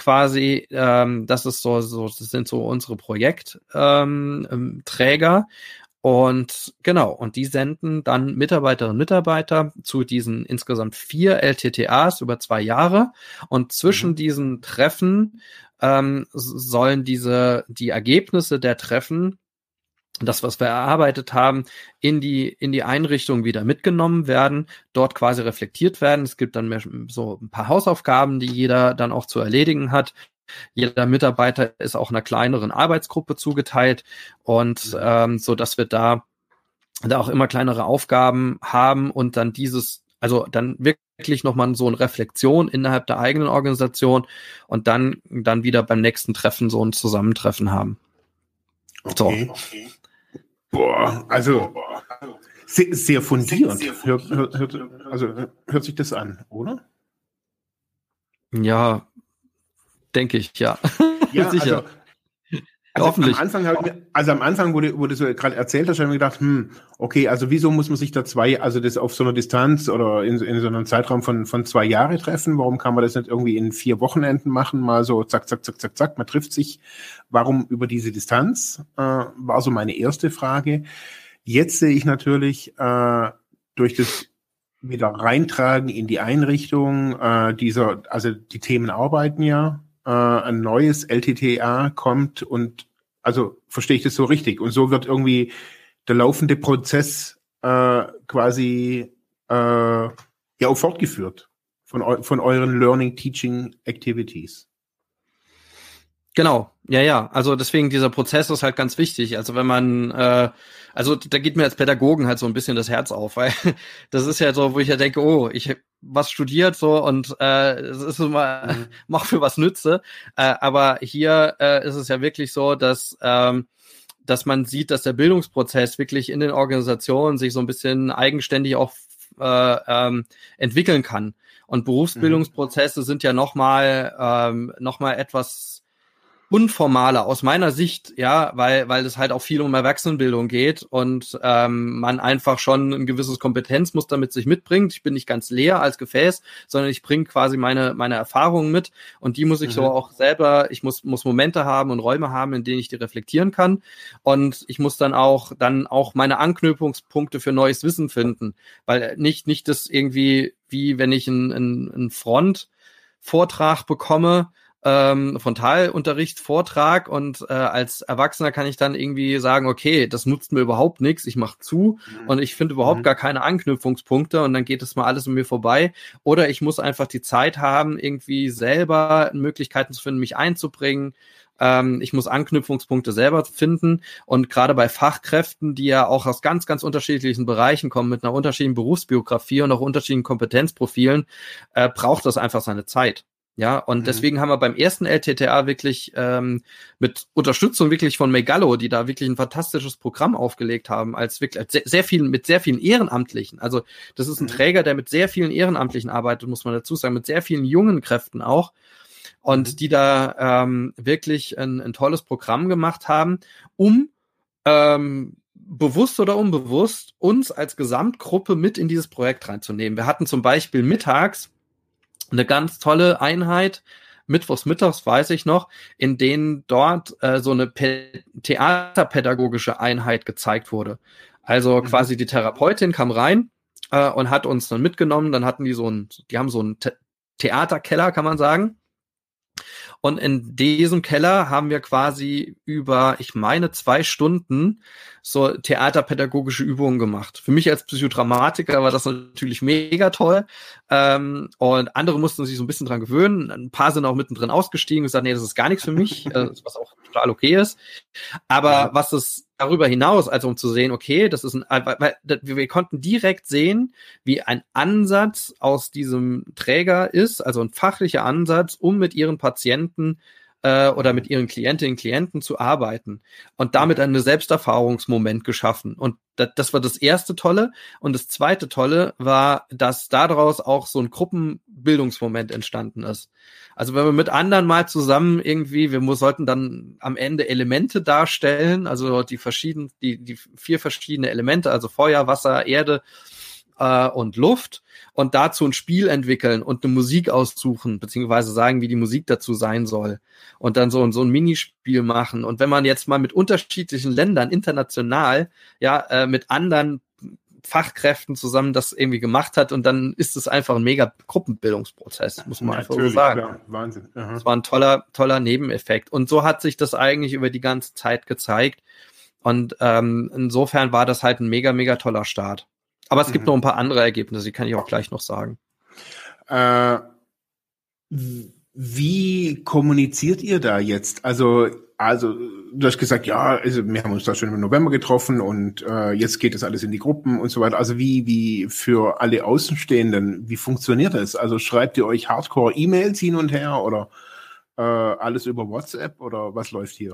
unsere Projektträger. Und genau, und die senden dann Mitarbeiterinnen und Mitarbeiter zu diesen insgesamt 4 LTTAs über 2 Jahre. Und zwischen diesen Treffen sollen die Ergebnisse der Treffen, das, was wir erarbeitet haben, in die Einrichtung wieder mitgenommen werden, dort quasi reflektiert werden. Es gibt dann so ein paar Hausaufgaben, die jeder dann auch zu erledigen hat. Jeder Mitarbeiter ist auch einer kleineren Arbeitsgruppe zugeteilt und so, dass wir da auch immer kleinere Aufgaben haben und dann dann wirklich nochmal so eine Reflexion innerhalb der eigenen Organisation und dann wieder beim nächsten Treffen so ein Zusammentreffen haben. Okay. So. Boah, also sehr, sehr fundiert. Hört sich das an, oder? Ja, denke ich, ja. Ja, sicher. Hoffentlich. Am Anfang, wo du so gerade erzählt hast, habe ich mir gedacht, okay, also wieso muss man sich da das auf so einer Distanz oder in so einem Zeitraum von 2 Jahren treffen? Warum kann man das nicht irgendwie in 4 Wochenenden machen? Mal so zack, zack, zack, zack, zack, man trifft sich. Warum über diese Distanz? War so meine erste Frage. Jetzt sehe ich natürlich durch das wieder reintragen in die Einrichtung die Themen arbeiten ja. ein neues LTTA kommt und also verstehe ich das so richtig? Und so wird irgendwie der laufende Prozess quasi ja auch fortgeführt von euren Learning Teaching Activities. Genau, ja. Also deswegen dieser Prozess ist halt ganz wichtig. Also wenn man, also da geht mir als Pädagogen halt so ein bisschen das Herz auf, weil das ist ja so, wo ich ja denke, oh, ich hab was studiert so und es ist immer mach für was nütze. Aber hier ist es ja wirklich so, dass man sieht, dass der Bildungsprozess wirklich in den Organisationen sich so ein bisschen eigenständig auch entwickeln kann. Und Berufsbildungsprozesse sind ja noch mal etwas unformaler aus meiner Sicht, ja, weil es halt auch viel um Erwachsenenbildung geht und man einfach schon ein gewisses Kompetenzmuster mit sich mitbringt. Ich bin nicht ganz leer als Gefäß, sondern ich bringe quasi meine Erfahrungen mit und die muss ich so auch selber, ich muss Momente haben und Räume haben, in denen ich die reflektieren kann und ich muss dann auch meine Anknüpfungspunkte für neues Wissen finden, weil nicht das irgendwie, wie wenn ich einen Frontvortrag bekomme, Frontalunterricht, Vortrag und als Erwachsener kann ich dann irgendwie sagen, okay, das nutzt mir überhaupt nichts, ich mache zu und ich finde überhaupt gar keine Anknüpfungspunkte und dann geht es mal alles an mir vorbei. Oder ich muss einfach die Zeit haben, irgendwie selber Möglichkeiten zu finden, mich einzubringen. Ich muss Anknüpfungspunkte selber finden und gerade bei Fachkräften, die ja auch aus ganz, ganz unterschiedlichen Bereichen kommen, mit einer unterschiedlichen Berufsbiografie und auch unterschiedlichen Kompetenzprofilen, braucht das einfach seine Zeit. Ja, und deswegen haben wir beim ersten LTTA wirklich mit Unterstützung wirklich von Megallo, die da wirklich ein fantastisches Programm aufgelegt haben, mit sehr vielen Ehrenamtlichen. Also das ist ein Träger, der mit sehr vielen Ehrenamtlichen arbeitet, muss man dazu sagen, mit sehr vielen jungen Kräften auch. Und die da wirklich ein tolles Programm gemacht haben, um bewusst oder unbewusst uns als Gesamtgruppe mit in dieses Projekt reinzunehmen. Wir hatten zum Beispiel mittags eine ganz tolle Einheit, mittwochs, weiß ich noch, in denen dort so eine theaterpädagogische Einheit gezeigt wurde. Also quasi die Therapeutin kam rein und hat uns dann mitgenommen, dann hatten die haben so einen Theaterkeller, kann man sagen. Und in diesem Keller haben wir quasi über, ich meine, 2 Stunden so theaterpädagogische Übungen gemacht. Für mich als Psychodramatiker war das natürlich mega toll. Und andere mussten sich so ein bisschen dran gewöhnen. Ein paar sind auch mittendrin ausgestiegen und gesagt, nee, das ist gar nichts für mich, was auch total okay ist. Aber was es darüber hinaus, also um zu sehen, okay, das ist weil wir konnten direkt sehen, wie ein Ansatz aus diesem Träger ist, also ein fachlicher Ansatz, um mit ihren Patienten oder mit ihren Klientinnen und Klienten zu arbeiten und damit einen Selbsterfahrungsmoment geschaffen. Und das war das erste Tolle. Und das zweite Tolle war, dass daraus auch so ein Gruppenbildungsmoment entstanden ist. Also wenn wir mit anderen mal zusammen irgendwie, sollten dann am Ende Elemente darstellen, also die 4 verschiedene Elemente, also Feuer, Wasser, Erde und Luft und dazu ein Spiel entwickeln und eine Musik aussuchen, beziehungsweise sagen, wie die Musik dazu sein soll und dann so ein Minispiel machen. Und wenn man jetzt mal mit unterschiedlichen Ländern international, mit anderen Fachkräften zusammen das irgendwie gemacht hat und dann ist es einfach ein mega Gruppenbildungsprozess, muss man einfach so sagen. Klar. Wahnsinn. Aha. Das war ein toller Nebeneffekt. Und so hat sich das eigentlich über die ganze Zeit gezeigt. Und insofern war das halt ein mega, mega toller Start. Aber es gibt noch ein paar andere Ergebnisse, die kann ich auch gleich noch sagen. Wie kommuniziert ihr da jetzt? Also du hast gesagt, also wir haben uns da schon im November getroffen und jetzt geht das alles in die Gruppen und so weiter. Also wie für alle Außenstehenden, wie funktioniert das? Also schreibt ihr euch Hardcore-E-Mails hin und her oder alles über WhatsApp oder was läuft hier?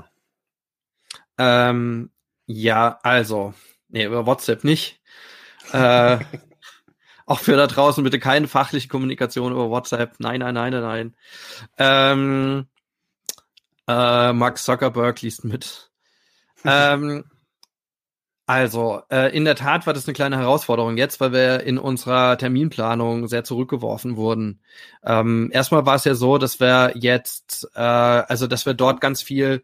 Über WhatsApp nicht. Auch für da draußen bitte keine fachliche Kommunikation über WhatsApp. Nein. Mark Zuckerberg liest mit. In der Tat war das eine kleine Herausforderung jetzt, weil wir in unserer Terminplanung sehr zurückgeworfen wurden. Erstmal war es ja so, dass wir jetzt, dass wir dort ganz viel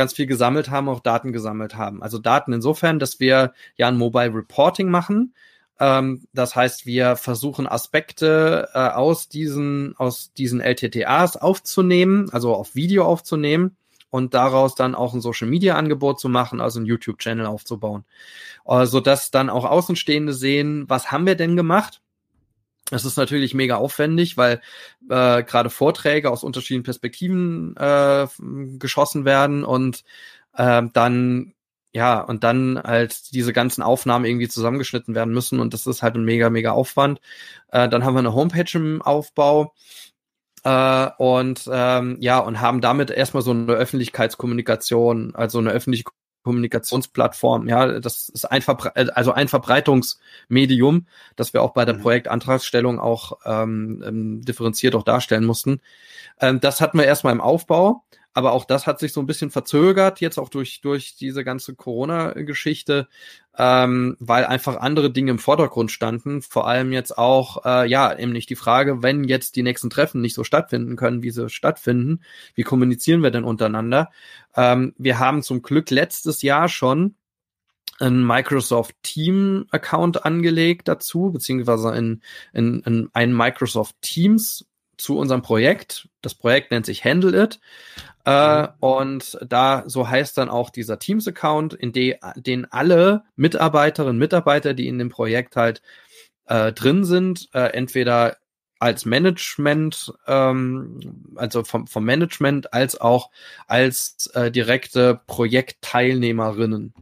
gesammelt haben, auch Daten gesammelt haben. Also Daten insofern, dass wir ja ein Mobile Reporting machen, Das heißt, wir versuchen Aspekte aus diesen LTTAs aufzunehmen, also auf Video aufzunehmen und daraus dann auch ein Social-Media-Angebot zu machen, also einen YouTube-Channel aufzubauen. Sodass dann auch Außenstehende sehen, was haben wir denn gemacht? Das ist natürlich mega aufwendig, weil gerade Vorträge aus unterschiedlichen Perspektiven geschossen werden und dann halt diese ganzen Aufnahmen irgendwie zusammengeschnitten werden müssen und das ist halt ein mega, mega Aufwand. Dann haben wir eine Homepage im Aufbau und haben damit erstmal so eine Öffentlichkeitskommunikation, also eine öffentliche Kommunikationsplattform, ja, das ist ein Verbreitungsmedium, das wir auch bei der Projektantragsstellung auch differenziert auch darstellen mussten. Das hatten wir erstmal im Aufbau, aber auch das hat sich so ein bisschen verzögert, jetzt auch durch diese ganze Corona-Geschichte, weil einfach andere Dinge im Vordergrund standen. Vor allem jetzt auch, eben nicht die Frage, wenn jetzt die nächsten Treffen nicht so stattfinden können, wie sie stattfinden, wie kommunizieren wir denn untereinander? Wir haben zum Glück letztes Jahr schon einen Microsoft Team Account angelegt dazu, beziehungsweise in einen Microsoft Teams zu unserem Projekt. Das Projekt nennt sich Handle It. Und da, so heißt dann auch dieser Teams-Account, in den alle Mitarbeiterinnen und Mitarbeiter, die in dem Projekt halt drin sind, entweder als Management, also vom Management, als auch als direkte Projektteilnehmerinnen.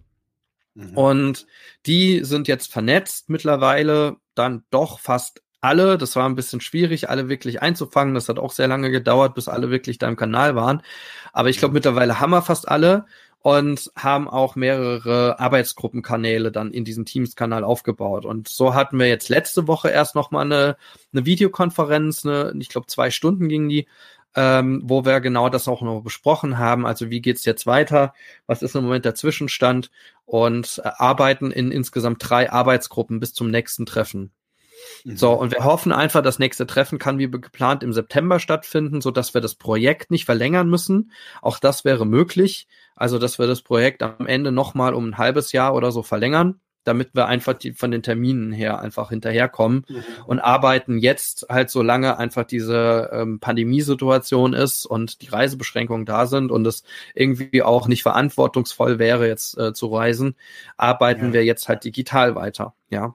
Und die sind jetzt vernetzt mittlerweile, dann doch fast alle. Das war ein bisschen schwierig, alle wirklich einzufangen. Das hat auch sehr lange gedauert, bis alle wirklich da im Kanal waren. Aber ich glaube, mittlerweile haben wir fast alle und haben auch mehrere Arbeitsgruppenkanäle dann in diesem Teams-Kanal aufgebaut. Und so hatten wir jetzt letzte Woche erst nochmal eine Videokonferenz, ich glaube 2 Stunden ging die, wo wir genau das auch noch besprochen haben. Also wie geht's jetzt weiter? Was ist im Moment der Zwischenstand? Und arbeiten in insgesamt 3 Arbeitsgruppen bis zum nächsten Treffen. So, und wir hoffen einfach, das nächste Treffen kann wie geplant im September stattfinden, so dass wir das Projekt nicht verlängern müssen. Auch das wäre möglich. Also, dass wir das Projekt am Ende nochmal um ein halbes Jahr oder so verlängern, damit wir einfach von den Terminen her einfach hinterherkommen und arbeiten jetzt halt, solange einfach diese Pandemiesituation ist und die Reisebeschränkungen da sind und es irgendwie auch nicht verantwortungsvoll wäre, jetzt zu reisen, arbeiten wir jetzt halt digital weiter, ja.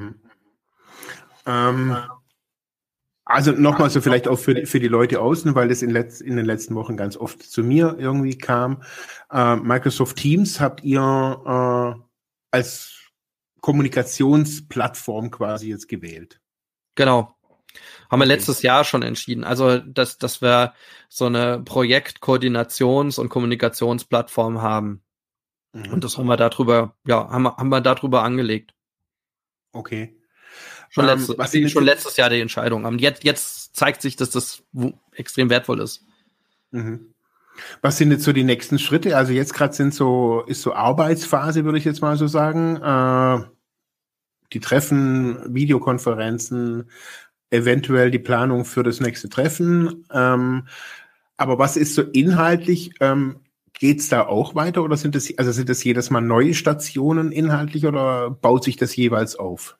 Also nochmal so vielleicht auch für die Leute außen, weil das in den letzten Wochen ganz oft zu mir irgendwie kam. Microsoft Teams habt ihr als Kommunikationsplattform quasi jetzt gewählt. Genau. Haben wir letztes Jahr schon entschieden. Also, dass wir so eine Projektkoordinations- und Kommunikationsplattform haben. Und das haben wir darüber angelegt. Okay. Schon letztes Jahr die Entscheidung. Und jetzt zeigt sich, dass das extrem wertvoll ist. Was sind jetzt so die nächsten Schritte? Also jetzt gerade ist so Arbeitsphase, würde ich jetzt mal so sagen. Die Treffen, Videokonferenzen, eventuell die Planung für das nächste Treffen. Aber was ist so inhaltlich? Geht's da auch weiter oder sind das jedes Mal neue Stationen inhaltlich oder baut sich das jeweils auf?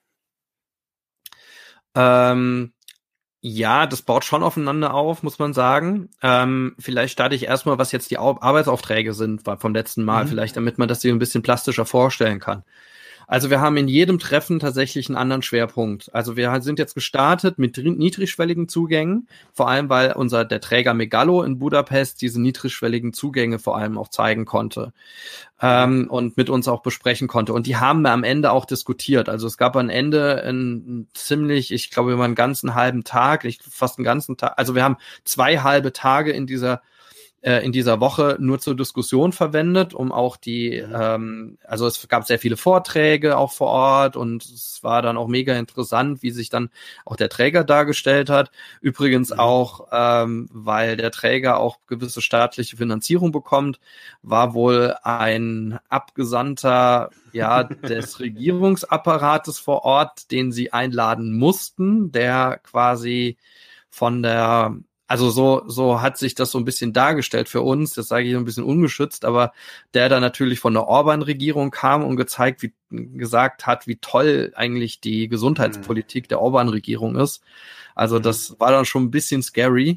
Ja, das baut schon aufeinander auf, muss man sagen. Vielleicht starte ich erstmal, was jetzt die Arbeitsaufträge sind vom letzten Mal, vielleicht, damit man das sich ein bisschen plastischer vorstellen kann. Also wir haben in jedem Treffen tatsächlich einen anderen Schwerpunkt. Also wir sind jetzt gestartet mit niedrigschwelligen Zugängen, vor allem weil der Träger Megalo in Budapest diese niedrigschwelligen Zugänge vor allem auch zeigen konnte und mit uns auch besprechen konnte. Und die haben wir am Ende auch diskutiert. Also es gab am Ende ich glaube, über einen ganzen halben Tag, fast einen ganzen Tag, also wir haben 2 halbe Tage in dieser Woche nur zur Diskussion verwendet, um auch also es gab sehr viele Vorträge auch vor Ort und es war dann auch mega interessant, wie sich dann auch der Träger dargestellt hat. Übrigens auch, weil der Träger auch gewisse staatliche Finanzierung bekommt, war wohl ein Abgesandter des Regierungsapparates vor Ort, den sie einladen mussten, der quasi also so hat sich das so ein bisschen dargestellt für uns, das sage ich so ein bisschen ungeschützt, aber der da natürlich von der Orban-Regierung kam und gesagt hat, wie toll eigentlich die Gesundheitspolitik der Orban-Regierung ist. Also das war dann schon ein bisschen scary.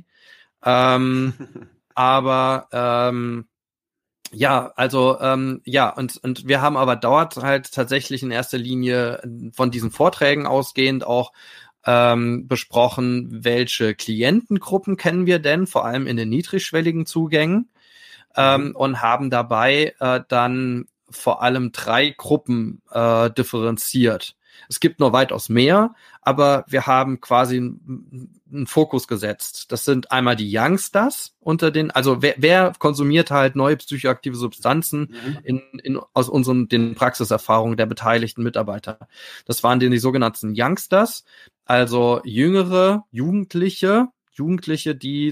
Und wir haben aber dort halt tatsächlich in erster Linie von diesen Vorträgen ausgehend auch besprochen, welche Klientengruppen kennen wir denn, vor allem in den niedrigschwelligen Zugängen, und haben dabei dann vor allem 3 Gruppen differenziert. Es gibt noch weitaus mehr, aber wir haben quasi einen Fokus gesetzt. Das sind einmal die Youngsters also wer konsumiert halt neue psychoaktive Substanzen aus den Praxiserfahrungen der beteiligten Mitarbeiter. Das waren die sogenannten Youngsters, also jüngere Jugendliche, die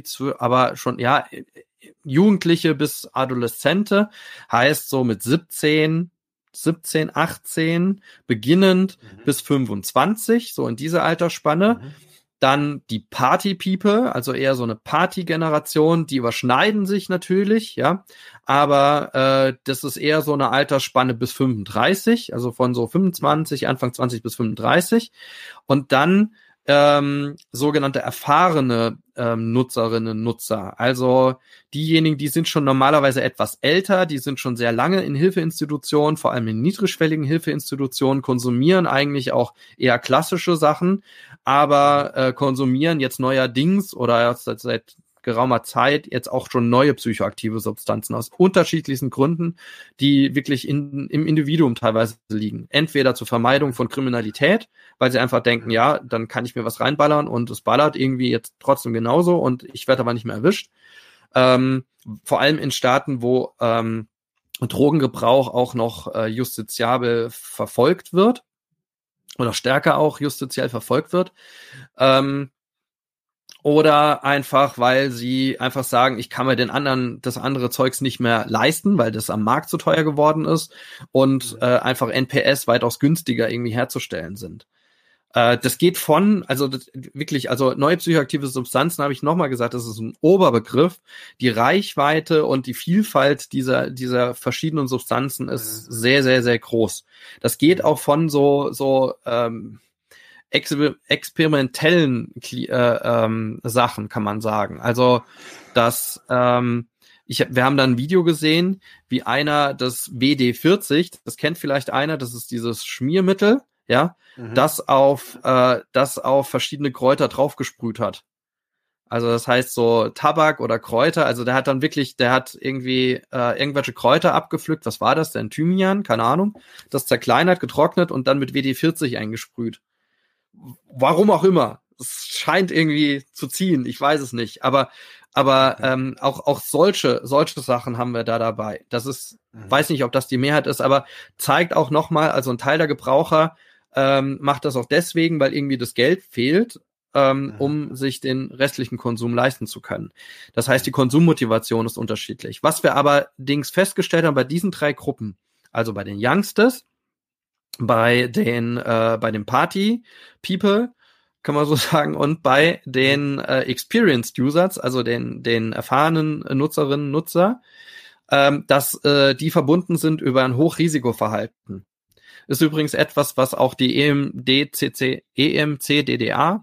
Jugendliche bis Adoleszente, heißt so mit 17, 18, beginnend bis 25, so in dieser Altersspanne. Dann die Party-People, also eher so eine Party-Generation, die überschneiden sich natürlich, ja, aber das ist eher so eine Altersspanne bis 35, also von so 25, Anfang 20 bis 35. Und dann sogenannte erfahrene Nutzerinnen, Nutzer. Also diejenigen, die sind schon normalerweise etwas älter, die sind schon sehr lange in Hilfeinstitutionen, vor allem in niedrigschwelligen Hilfeinstitutionen, konsumieren eigentlich auch eher klassische Sachen, aber konsumieren jetzt neuerdings oder seit geraumer Zeit jetzt auch schon neue psychoaktive Substanzen aus unterschiedlichsten Gründen, die wirklich im Individuum teilweise liegen. Entweder zur Vermeidung von Kriminalität, weil sie einfach denken, ja, dann kann ich mir was reinballern und es ballert irgendwie jetzt trotzdem genauso und ich werde aber nicht mehr erwischt. Vor allem in Staaten, wo Drogengebrauch auch noch justiziabel verfolgt wird oder stärker auch justiziell verfolgt wird. Oder einfach, weil sie einfach sagen, ich kann mir das andere Zeugs nicht mehr leisten, weil das am Markt zu teuer geworden ist und einfach NPS weitaus günstiger irgendwie herzustellen sind. Das geht also neue psychoaktive Substanzen, habe ich nochmal gesagt, das ist ein Oberbegriff. Die Reichweite und die Vielfalt dieser verschiedenen Substanzen ist sehr, sehr, sehr groß. Das geht auch von experimentellen Sachen, kann man sagen. Also, wir haben da ein Video gesehen, wie einer das WD-40, das kennt vielleicht einer, das ist dieses Schmiermittel, ja, das auf verschiedene Kräuter draufgesprüht hat. Also das heißt so Tabak oder Kräuter, also der hat irgendwie irgendwelche Kräuter abgepflückt, was war das denn? Thymian, keine Ahnung, das zerkleinert, getrocknet und dann mit WD-40 eingesprüht. Warum auch immer. Es scheint irgendwie zu ziehen, ich weiß es nicht. Aber auch solche Sachen haben wir da dabei. Das ist, weiß nicht, ob das die Mehrheit ist, aber zeigt auch nochmal, also ein Teil der Gebraucher macht das auch deswegen, weil irgendwie das Geld fehlt, um sich den restlichen Konsum leisten zu können. Das heißt, die Konsummotivation ist unterschiedlich. Was wir allerdings festgestellt haben bei diesen 3 Gruppen, also bei den Youngsters, bei den Party People, kann man so sagen, und bei den Experienced Users, also den erfahrenen Nutzerinnen, Nutzer, dass die verbunden sind über ein Hochrisikoverhalten. Ist übrigens etwas, was auch die EMCDDA,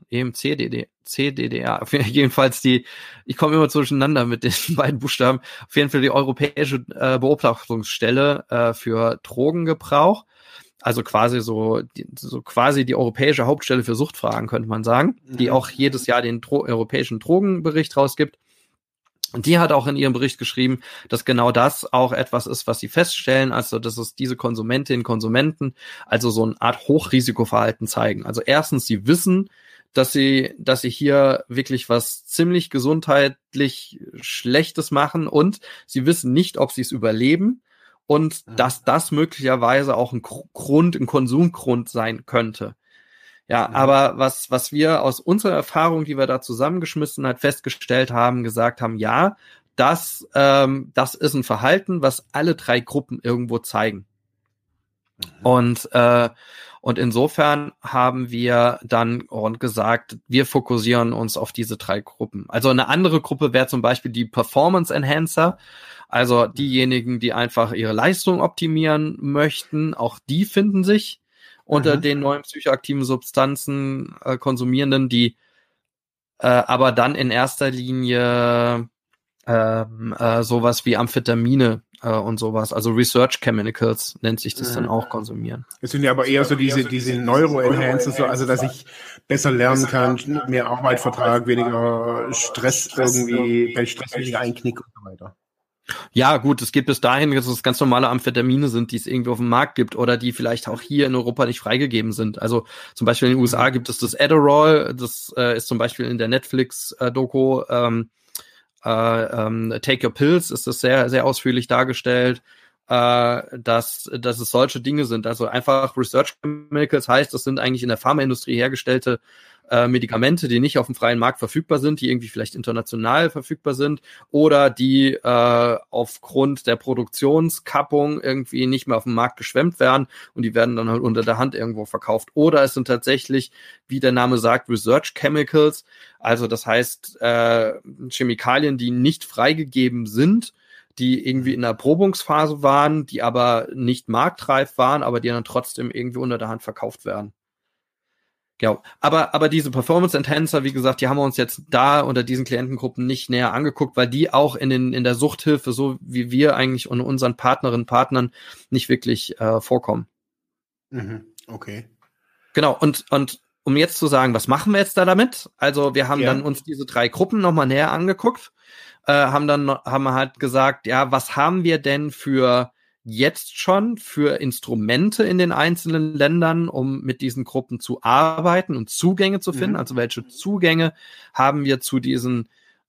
jedenfalls ich komme immer durcheinander mit den beiden Buchstaben, auf jeden Fall die Europäische Beobachtungsstelle für Drogengebrauch, also quasi quasi die europäische Hauptstelle für Suchtfragen, könnte man sagen, die auch jedes Jahr den europäischen Drogenbericht rausgibt. Und die hat auch in ihrem Bericht geschrieben, dass genau das auch etwas ist, was sie feststellen, also dass es diese Konsumentinnen, Konsumenten also so eine Art Hochrisikoverhalten zeigen. Also erstens, sie wissen, dass sie hier wirklich was ziemlich gesundheitlich Schlechtes machen und sie wissen nicht, ob sie es überleben und dass das möglicherweise auch ein Konsumgrund sein könnte. Ja, aber was wir aus unserer Erfahrung, die wir da zusammengeschmissen hat, festgestellt haben, gesagt haben, ja, das ist ein Verhalten, was alle 3 Gruppen irgendwo zeigen. Und Und insofern haben wir dann gesagt, wir fokussieren uns auf diese 3 Gruppen. Also eine andere Gruppe wäre zum Beispiel die Performance Enhancer, also diejenigen, die einfach ihre Leistung optimieren möchten. Auch die finden sich unter den neuen psychoaktiven Substanzen Konsumierenden, die aber dann in erster Linie sowas wie Amphetamine und sowas, also Research Chemicals nennt sich das dann auch, konsumieren. Es sind ja aber eher so diese Neuroenhancer, so, also dass ich besser lernen kann, mehr Arbeit vertrage, weniger Stress irgendwie, bei Stress weniger einknick und so weiter. Ja, gut, es geht bis dahin, dass es ganz normale Amphetamine sind, die es irgendwie auf dem Markt gibt oder die vielleicht auch hier in Europa nicht freigegeben sind. Also zum Beispiel in den USA gibt es das Adderall, das ist zum Beispiel in der Netflix-Doku Take Your Pills ist das sehr, sehr ausführlich dargestellt, dass es solche Dinge sind. Also einfach Research Chemicals heißt, das sind eigentlich in der Pharmaindustrie hergestellte Medikamente, die nicht auf dem freien Markt verfügbar sind, die irgendwie vielleicht international verfügbar sind oder die aufgrund der Produktionskappung irgendwie nicht mehr auf dem Markt geschwemmt werden und die werden dann halt unter der Hand irgendwo verkauft. Oder es sind tatsächlich, wie der Name sagt, Research Chemicals, also das heißt Chemikalien, die nicht freigegeben sind, die irgendwie in der Erprobungsphase waren, die aber nicht marktreif waren, aber die dann trotzdem irgendwie unter der Hand verkauft werden. Ja, aber diese Performance Enhancer, wie gesagt, die haben wir uns jetzt da unter diesen Klientengruppen nicht näher angeguckt, weil die auch in der Suchthilfe, so wie wir eigentlich und unseren Partnerinnen und Partnern nicht wirklich vorkommen. Okay. Genau, und um jetzt zu sagen, was machen wir jetzt da damit? Also wir haben dann uns diese 3 Gruppen nochmal näher angeguckt, haben wir halt gesagt, ja, was haben wir denn jetzt schon für Instrumente in den einzelnen Ländern, um mit diesen Gruppen zu arbeiten und Zugänge zu finden? Also welche Zugänge haben wir zu diesen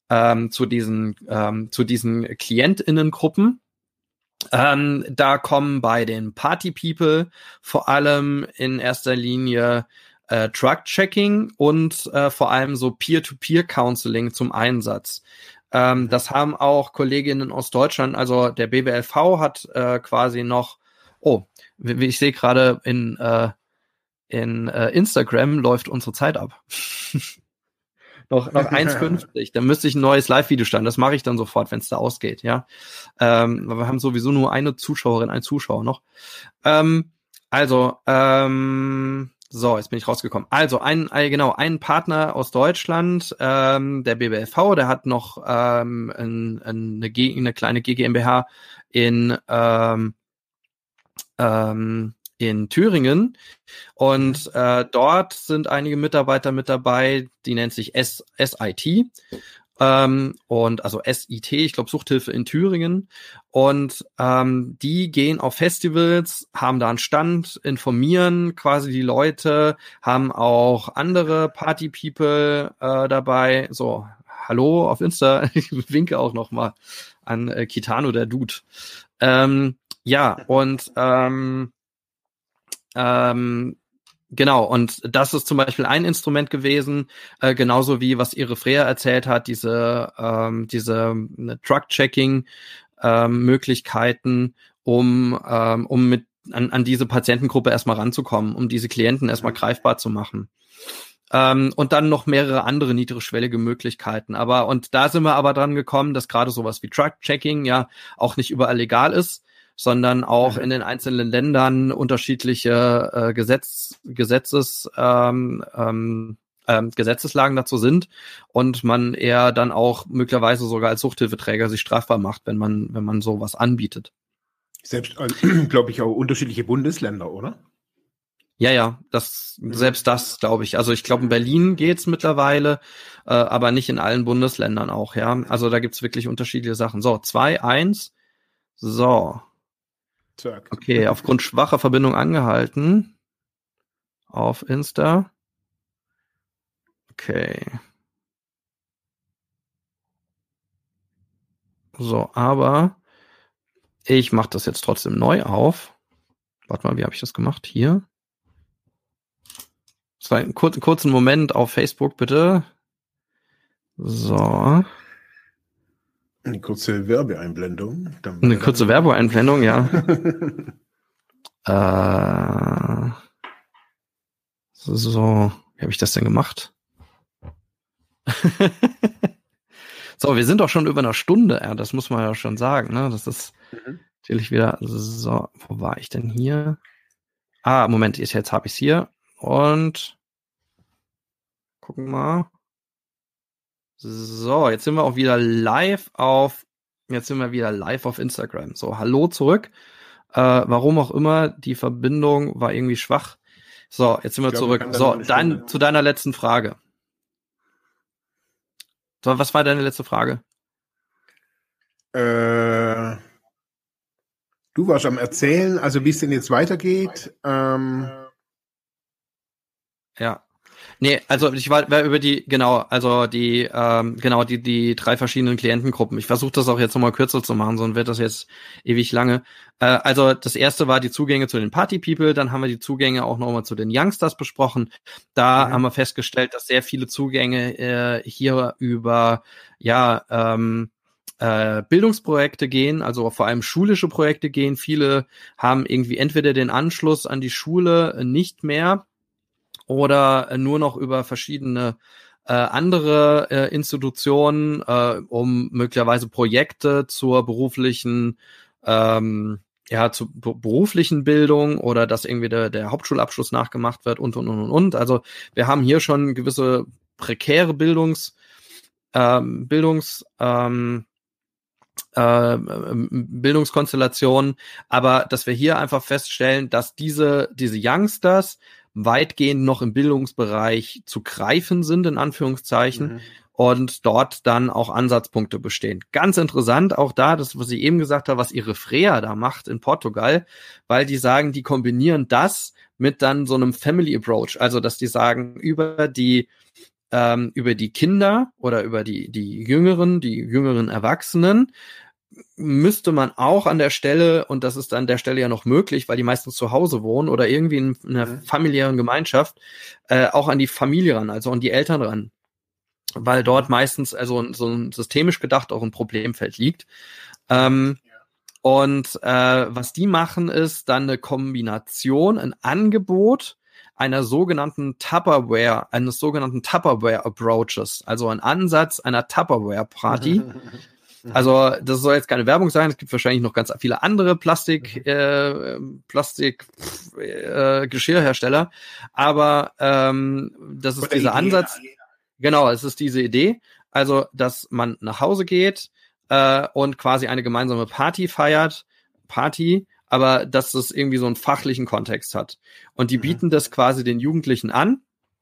KlientInnengruppen? Da kommen bei den Party People vor allem in erster Linie Drug-Checking und vor allem so Peer-to-Peer-Counseling zum Einsatz. Das haben auch Kolleginnen aus Deutschland, also der BBLV hat quasi noch, wie ich sehe gerade in Instagram läuft unsere Zeit ab. noch 1,50, dann müsste ich ein neues Live-Video starten. Das mache ich dann sofort, wenn es da ausgeht, ja. Wir haben sowieso nur eine Zuschauerin, einen Zuschauer noch. So, jetzt bin ich rausgekommen. Also ein Partner aus Deutschland, der BBLV, der hat noch eine kleine GmbH in Thüringen und dort sind einige Mitarbeiter mit dabei, die nennt sich SIT. Und also SIT, ich glaube Suchthilfe in Thüringen, und die gehen auf Festivals, haben da einen Stand, informieren quasi die Leute, haben auch andere Party People dabei. So, hallo auf Insta, ich winke auch noch mal an Kitano, der Dude. Genau, und das ist zum Beispiel ein Instrument gewesen, genauso wie was Ihre Freya erzählt hat, diese Drug-Checking-Möglichkeiten, um an diese Patientengruppe erstmal ranzukommen, um diese Klienten erstmal greifbar zu machen. Und dann noch mehrere andere niedrigschwellige Möglichkeiten. Und da sind wir aber dran gekommen, dass gerade sowas wie Drug-Checking ja auch nicht überall legal ist, sondern auch in den einzelnen Ländern unterschiedliche Gesetzeslagen dazu sind und man eher dann auch möglicherweise sogar als Suchthilfeträger sich strafbar macht, wenn man sowas anbietet. Selbst, glaube ich, auch unterschiedliche Bundesländer, oder? Ja, selbst das, glaube ich. Also ich glaube, in Berlin geht's mittlerweile, aber nicht in allen Bundesländern auch, ja. Also da gibt's wirklich unterschiedliche Sachen. So, 2-1. So. Okay, aufgrund schwacher Verbindung angehalten. Auf Insta. Okay. So, aber ich mache das jetzt trotzdem neu auf. Warte mal, wie habe ich das gemacht? Hier. So, einen kurzen Moment auf Facebook, bitte. So. Eine kurze Werbeeinblendung. Eine kurze Werbeeinblendung, ja. So, wie habe ich das denn gemacht? So, wir sind doch schon über einer Stunde, ja, das muss man ja schon sagen, ne? Das ist natürlich wieder, so, wo war ich denn hier? Moment, jetzt habe ich es hier und gucken mal. So, jetzt sind wir wieder live auf Instagram. So, hallo zurück. Warum auch immer, die Verbindung war irgendwie schwach. So, jetzt sind wir zurück. So, dann zu deiner letzten Frage. So, was war deine letzte Frage? Du warst am Erzählen, also wie es denn jetzt weitergeht. Ja. Nee, also ich war über die, die 3 verschiedenen Klientengruppen. Ich versuche das auch jetzt nochmal kürzer zu machen, sonst wird das jetzt ewig lange. Also das erste war die Zugänge zu den Party People, dann haben wir die Zugänge auch nochmal zu den Youngsters besprochen. Da haben wir festgestellt, dass sehr viele Zugänge hier über, Bildungsprojekte gehen, also vor allem schulische Projekte gehen. Viele haben irgendwie entweder den Anschluss an die Schule nicht mehr oder nur noch über verschiedene andere Institutionen, um möglicherweise Projekte zur beruflichen beruflichen Bildung oder dass irgendwie der Hauptschulabschluss nachgemacht wird und. Also wir haben hier schon gewisse prekäre Bildungskonstellationen, aber dass wir hier einfach feststellen, dass diese Youngsters weitgehend noch im Bildungsbereich zu greifen sind, in Anführungszeichen, und dort dann auch Ansatzpunkte bestehen. Ganz interessant, auch da, das, was ich eben gesagt habe, was Eritrea da macht in Portugal, weil die sagen, die kombinieren das mit dann so einem Family Approach, also dass die sagen, über die Kinder oder über die jüngeren Erwachsenen müsste man auch an der Stelle, und das ist an der Stelle ja noch möglich, weil die meistens zu Hause wohnen oder irgendwie in einer familiären Gemeinschaft, auch an die Familie ran, also an die Eltern ran. Weil dort meistens also so ein systemisch gedacht auch ein Problemfeld liegt. Was die machen, ist dann eine Kombination, ein Angebot eines sogenannten Tupperware-Approaches, also ein Ansatz einer Tupperware-Party. Also das soll jetzt keine Werbung sein, es gibt wahrscheinlich noch ganz viele andere Geschirrhersteller, aber das ist dieser Ansatz. Genau, es ist diese Idee, also dass man nach Hause geht und quasi eine gemeinsame Party feiert, aber dass es irgendwie so einen fachlichen Kontext hat. Und die bieten das quasi den Jugendlichen an,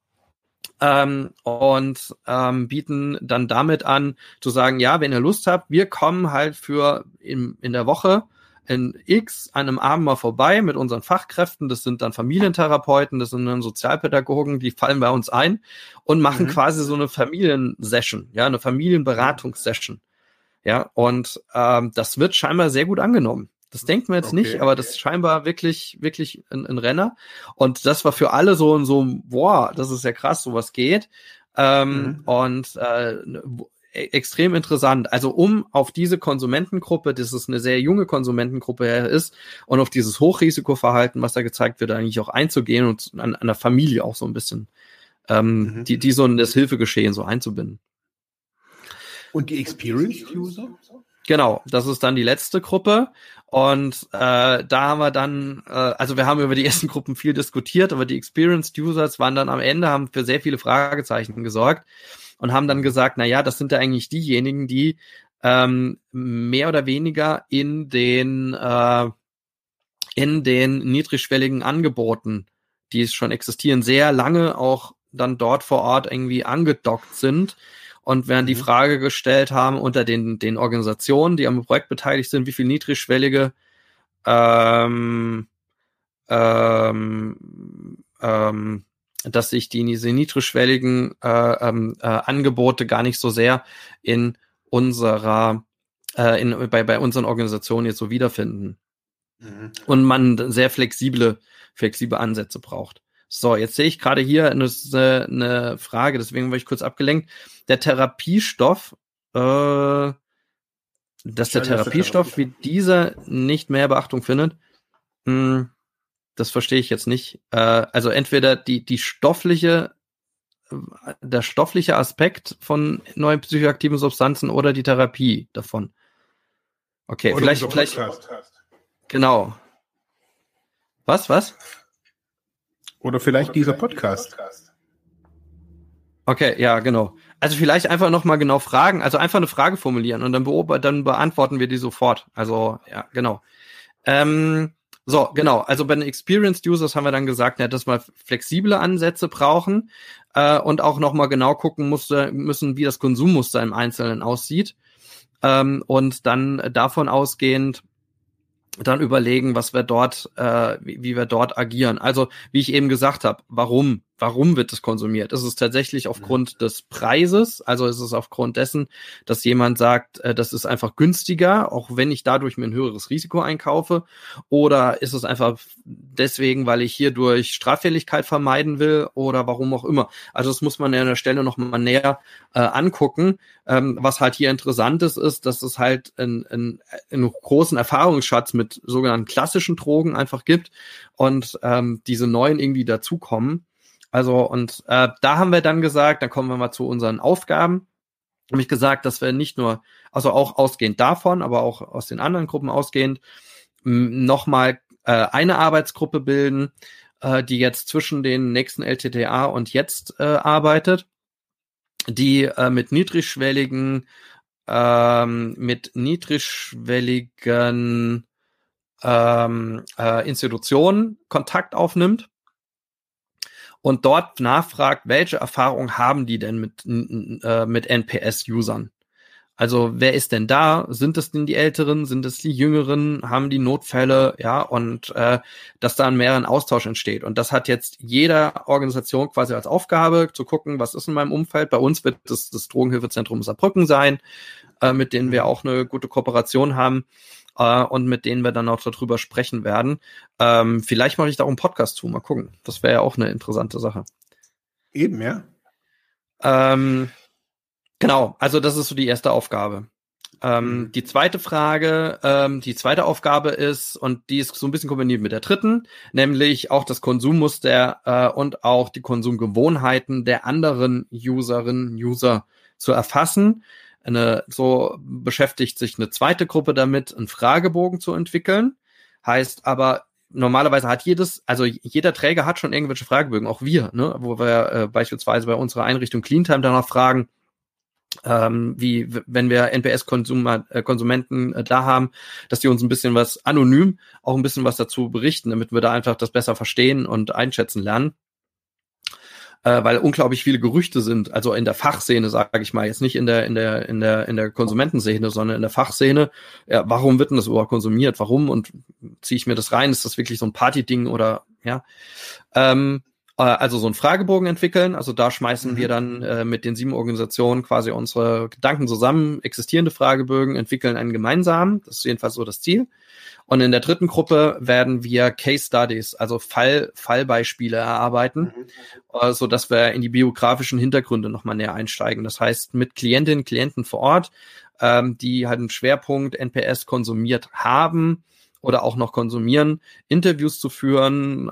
bieten dann damit an, zu sagen, ja, wenn ihr Lust habt, wir kommen halt in der Woche in X an einem Abend mal vorbei mit unseren Fachkräften, das sind dann Familientherapeuten, das sind dann Sozialpädagogen, die fallen bei uns ein und machen quasi so eine Familiensession, ja, eine Familienberatungssession. Ja, und das wird scheinbar sehr gut angenommen. Das denkt man jetzt nicht, aber das ist scheinbar wirklich ein Renner. Und das war für alle so, boah, das ist ja krass, sowas geht. Extrem interessant. Also um auf diese Konsumentengruppe, das ist eine sehr junge Konsumentengruppe ist, und auf dieses Hochrisikoverhalten, was da gezeigt wird, eigentlich auch einzugehen und an der Familie auch so ein bisschen, die so in das Hilfegeschehen so einzubinden. Und die Experienced User? Genau, das ist dann die letzte Gruppe. Und da haben wir dann, also wir haben über die ersten Gruppen viel diskutiert, aber die Experienced Users waren dann am Ende, haben für sehr viele Fragezeichen gesorgt und haben dann gesagt, na ja, das sind ja eigentlich diejenigen, die mehr oder weniger in den niedrigschwelligen Angeboten, die es schon existieren, sehr lange auch dann dort vor Ort irgendwie angedockt sind. Und während die Frage gestellt haben unter den Organisationen, die am Projekt beteiligt sind, wie viel niedrigschwellige dass sich diese niedrigschwelligen Angebote gar nicht so sehr in unserer bei unseren Organisationen jetzt so wiederfinden. Und man sehr flexible Ansätze braucht. So, jetzt sehe ich gerade hier eine Frage, deswegen war ich kurz abgelenkt. Der Therapiestoff, dass der Therapiestoff wie dieser nicht mehr Beachtung findet. Das verstehe ich jetzt nicht. Also entweder der stoffliche Aspekt von neuen psychoaktiven Substanzen oder die Therapie davon. Okay, oder vielleicht, genau. Was? Oder vielleicht dieser Podcast. Okay, ja, genau. Also vielleicht einfach nochmal genau fragen, also einfach eine Frage formulieren und dann beantworten wir die sofort. Also, ja, genau. So, genau. Also bei den Experienced Users haben wir dann gesagt, ja, dass wir flexible Ansätze brauchen und auch nochmal genau gucken müssen, wie das Konsummuster im Einzelnen aussieht. Und dann davon ausgehend dann überlegen, was wir dort, wie wir dort agieren. Also, wie ich eben gesagt habe, warum wird es konsumiert? Ist es tatsächlich aufgrund des Preises? Also ist es aufgrund dessen, dass jemand sagt, das ist einfach günstiger, auch wenn ich dadurch mir ein höheres Risiko einkaufe? Oder ist es einfach deswegen, weil ich hierdurch Straffälligkeit vermeiden will oder warum auch immer? Also das muss man an der Stelle noch mal näher angucken. Was halt hier interessant ist, dass es halt einen großen Erfahrungsschatz mit sogenannten klassischen Drogen einfach gibt und diese neuen irgendwie dazukommen. Also und da haben wir dann gesagt, dann kommen wir mal zu unseren Aufgaben. Habe ich gesagt, dass wir nicht nur, also auch ausgehend davon, aber auch aus den anderen Gruppen ausgehend, nochmal eine Arbeitsgruppe bilden, die jetzt zwischen den nächsten LTTA und jetzt arbeitet, die mit niedrigschwelligen Institutionen Kontakt aufnimmt und dort nachfragt, welche Erfahrungen haben die denn mit NPS-Usern? Also wer ist denn da? Sind es denn die Älteren? Sind es die Jüngeren? Haben die Notfälle? Ja, und dass da ein mehreren Austausch entsteht. Und das hat jetzt jede Organisation quasi als Aufgabe, zu gucken, was ist in meinem Umfeld. Bei uns wird das Drogenhilfezentrum Saarbrücken sein, mit denen wir auch eine gute Kooperation haben und mit denen wir dann auch darüber sprechen werden. Vielleicht mache ich da auch einen Podcast zu, mal gucken. Das wäre ja auch eine interessante Sache. Eben, ja. Genau, also das ist so die erste Aufgabe. Die zweite Aufgabe ist, und die ist so ein bisschen kombiniert mit der dritten, nämlich auch das Konsummuster und auch die Konsumgewohnheiten der anderen User zu erfassen. So beschäftigt sich eine zweite Gruppe damit, einen Fragebogen zu entwickeln. Heißt aber, normalerweise hat jeder Träger hat schon irgendwelche Fragebögen, auch wir, ne, wo wir beispielsweise bei unserer Einrichtung Cleantime danach fragen, wie wenn wir NPS-Konsumenten da haben, dass die uns ein bisschen was anonym, auch ein bisschen was dazu berichten, damit wir da einfach das besser verstehen und einschätzen lernen. Weil unglaublich viele Gerüchte sind, also in der Fachszene, sage ich mal, jetzt nicht in der Konsumentenszene, sondern in der Fachszene. Ja, warum wird denn das überhaupt konsumiert? Warum? Und ziehe ich mir das rein? Ist das wirklich so ein Partyding oder ja? Also so einen Fragebogen entwickeln. Also da schmeißen wir dann mit den 7 Organisationen quasi unsere Gedanken zusammen, existierende Fragebögen, entwickeln einen gemeinsamen. Das ist jedenfalls so das Ziel. Und in der dritten Gruppe werden wir Case Studies, also Fallbeispiele erarbeiten, so dass wir in die biografischen Hintergründe nochmal näher einsteigen. Das heißt, mit Klientinnen, Klienten vor Ort, die halt einen Schwerpunkt NPS konsumiert haben oder auch noch konsumieren, Interviews zu führen,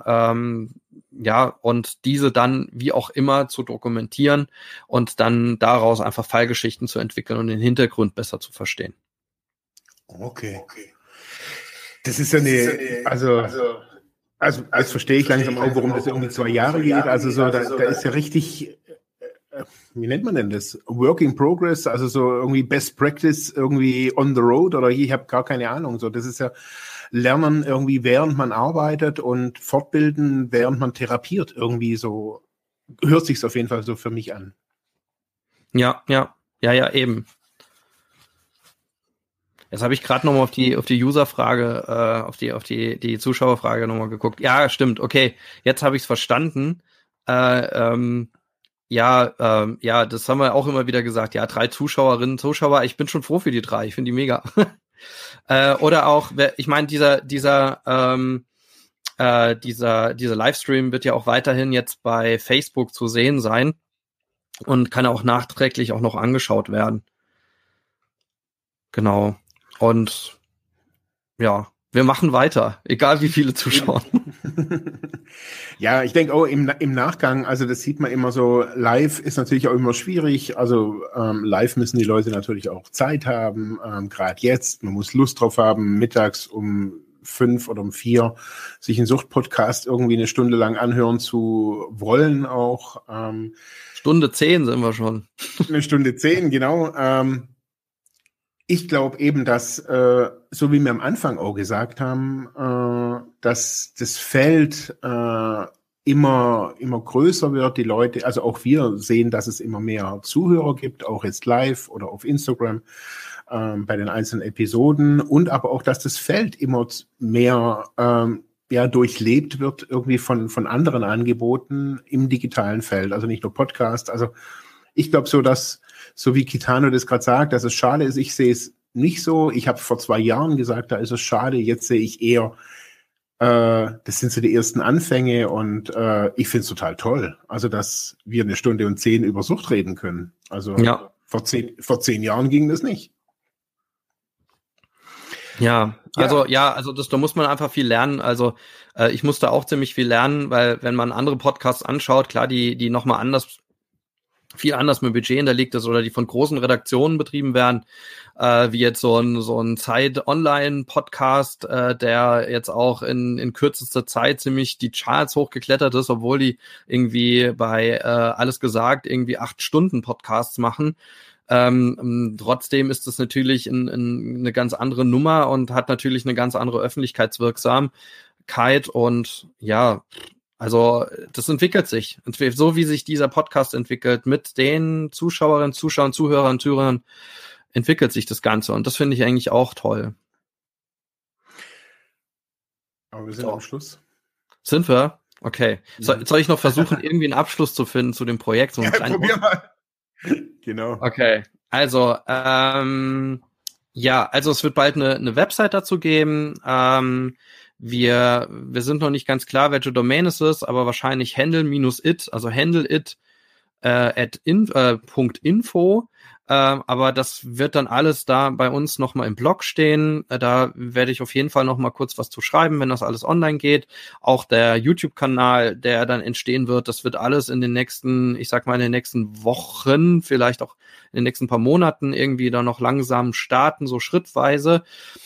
und diese dann wie auch immer zu dokumentieren und dann daraus einfach Fallgeschichten zu entwickeln und den Hintergrund besser zu verstehen. Okay. Das ist ja also jetzt verstehe ich langsam auch, warum das irgendwie 2 Jahre geht. Also so, da ist ja richtig, wie nennt man denn das? Work in Progress, also so irgendwie Best Practice irgendwie on the road oder ich habe gar keine Ahnung. So, das ist ja Lernen irgendwie, während man arbeitet und fortbilden, während man therapiert, irgendwie so, hört sich's auf jeden Fall so für mich an. Ja, eben. Jetzt habe ich gerade nochmal auf die User-Frage, auf die Zuschauerfrage nochmal geguckt. Ja, stimmt, okay, jetzt habe ich es verstanden. Das haben wir auch immer wieder gesagt. Ja, 3 Zuschauerinnen, Zuschauer, ich bin schon froh für die 3, ich finde die mega. Oder auch, ich meine, dieser Livestream wird ja auch weiterhin jetzt bei Facebook zu sehen sein und kann auch nachträglich auch noch angeschaut werden. Genau. Und ja, wir machen weiter, egal wie viele zuschauen. Ja, ich denke auch im Nachgang, also das sieht man immer so, live ist natürlich auch immer schwierig, also live müssen die Leute natürlich auch Zeit haben, gerade jetzt, man muss Lust drauf haben, mittags um 5 oder um 4 sich einen Suchtpodcast irgendwie eine Stunde lang anhören zu wollen auch. Stunde 10 sind wir schon. Eine Stunde 10, genau. Ich glaube eben, dass, so wie wir am Anfang auch gesagt haben, dass das Feld immer größer wird. Die Leute, also auch wir sehen, dass es immer mehr Zuhörer gibt, auch jetzt live oder auf Instagram bei den einzelnen Episoden. Und aber auch, dass das Feld immer mehr durchlebt wird irgendwie von anderen Angeboten im digitalen Feld. Also nicht nur Podcast. Also ich glaube so, dass so wie Kitano das gerade sagt, dass es schade ist. Ich sehe es nicht so. Ich habe vor 2 Jahren gesagt, da ist es schade. Jetzt sehe ich eher, das sind so die ersten Anfänge und ich finde es total toll. Also, dass wir 1 Stunde und 10 über Sucht reden können. Also ja. vor 10 Jahren ging das nicht. Ja, also da muss man einfach viel lernen. Also ich musste auch ziemlich viel lernen, weil wenn man andere Podcasts anschaut, klar, die nochmal viel anders mit Budget hinterlegt ist oder die von großen Redaktionen betrieben werden, wie jetzt so ein Zeit-Online-Podcast, der jetzt auch in kürzester Zeit ziemlich die Charts hochgeklettert ist, obwohl die irgendwie bei Alles gesagt irgendwie 8 Stunden Podcasts machen. Trotzdem ist es natürlich eine ganz andere Nummer und hat natürlich eine ganz andere Öffentlichkeitswirksamkeit und ja, also das entwickelt sich. So wie sich dieser Podcast entwickelt, mit den Zuschauerinnen, Zuschauern, Zuhörern, Zuhörern, entwickelt sich das Ganze. Und das finde ich eigentlich auch toll. Aber wir sind am Schluss. Sind wir? Okay. Soll ich noch versuchen, irgendwie einen Abschluss zu finden zu dem Projekt? So probier mal. Genau. Okay. Also, also es wird bald eine Website dazu geben. Wir sind noch nicht ganz klar, welche Domain es ist, aber wahrscheinlich handle-it, also handle-it .info. Aber das wird dann alles da bei uns nochmal im Blog stehen. Da werde ich auf jeden Fall nochmal kurz was zu schreiben, wenn das alles online geht. Auch der YouTube-Kanal, der dann entstehen wird, das wird alles in den nächsten Wochen, vielleicht auch in den nächsten paar Monaten irgendwie dann noch langsam starten, so schrittweise.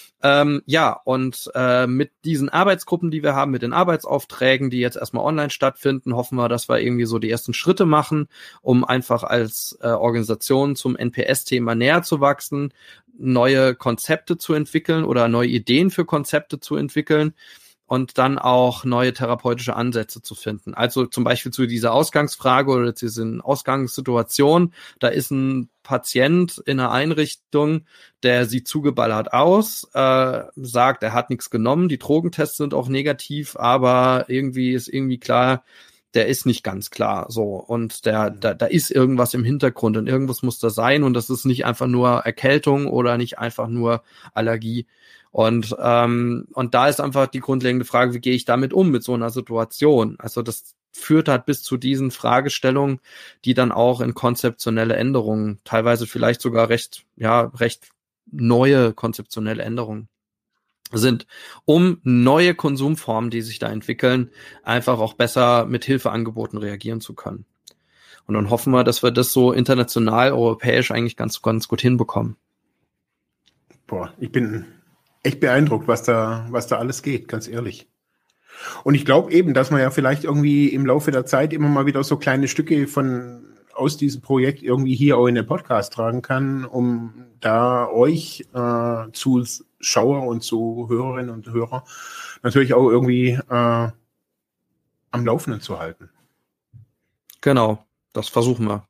Mit diesen Arbeitsgruppen, die wir haben, mit den Arbeitsaufträgen, die jetzt erstmal online stattfinden, hoffen wir, dass wir irgendwie so die ersten Schritte machen, um einfach als Organisation zum NPS-Thema näher zu wachsen, neue Konzepte zu entwickeln oder neue Ideen für Konzepte zu entwickeln und dann auch neue therapeutische Ansätze zu finden. Also zum Beispiel zu dieser Ausgangsfrage oder zu diesen Ausgangssituation, da ist ein Patient in einer Einrichtung, der sieht zugeballert aus, sagt, er hat nichts genommen, die Drogentests sind auch negativ, aber irgendwie ist klar, der ist nicht ganz klar, so, und da ist irgendwas im Hintergrund und irgendwas muss da sein und das ist nicht einfach nur Erkältung oder nicht einfach nur Allergie. Und da ist einfach die grundlegende Frage, wie gehe ich damit um mit so einer Situation? Also das führt halt bis zu diesen Fragestellungen, die dann auch in konzeptionelle Änderungen, teilweise vielleicht sogar recht neue konzeptionelle Änderungen sind, um neue Konsumformen, die sich da entwickeln, einfach auch besser mit Hilfeangeboten reagieren zu können. Und dann hoffen wir, dass wir das so international, europäisch eigentlich ganz gut hinbekommen. Boah, ich bin echt beeindruckt, was da alles geht, ganz ehrlich. Und ich glaube eben, dass man ja vielleicht irgendwie im Laufe der Zeit immer mal wieder so kleine Stücke aus diesem Projekt irgendwie hier auch in den Podcast tragen kann, um da euch Zuschauer und Zuhörerinnen und Hörer natürlich auch irgendwie am Laufenden zu halten. Genau, das versuchen wir.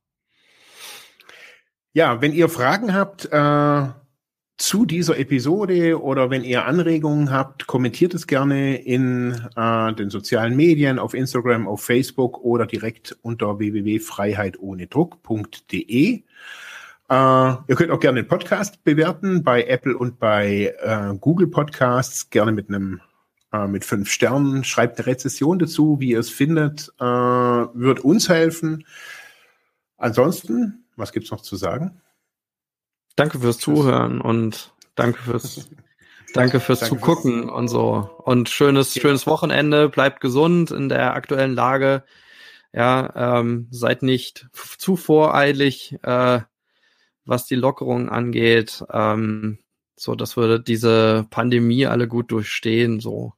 Ja, wenn ihr Fragen habt zu dieser Episode oder wenn ihr Anregungen habt, kommentiert es gerne in den sozialen Medien, auf Instagram, auf Facebook oder direkt unter www.freiheitonedruck.de. Ihr könnt auch gerne den Podcast bewerten bei Apple und bei Google Podcasts, gerne mit 5 Sternen. Schreibt eine Rezession dazu, wie ihr es findet, wird uns helfen. Ansonsten, was gibt's noch zu sagen? Danke fürs Zuhören und danke fürs Danke fürs Zugucken und so. Und schönes Wochenende. Bleibt gesund in der aktuellen Lage. Ja, seid nicht zu voreilig, was die Lockerung angeht. So, dass wir diese Pandemie alle gut durchstehen. So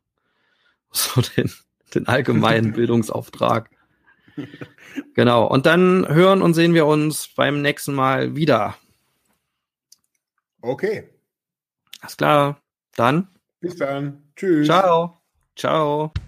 den allgemeinen Bildungsauftrag. Genau. Und dann hören und sehen wir uns beim nächsten Mal wieder. Okay. Alles klar. Dann. Bis dann. Tschüss. Ciao. Ciao.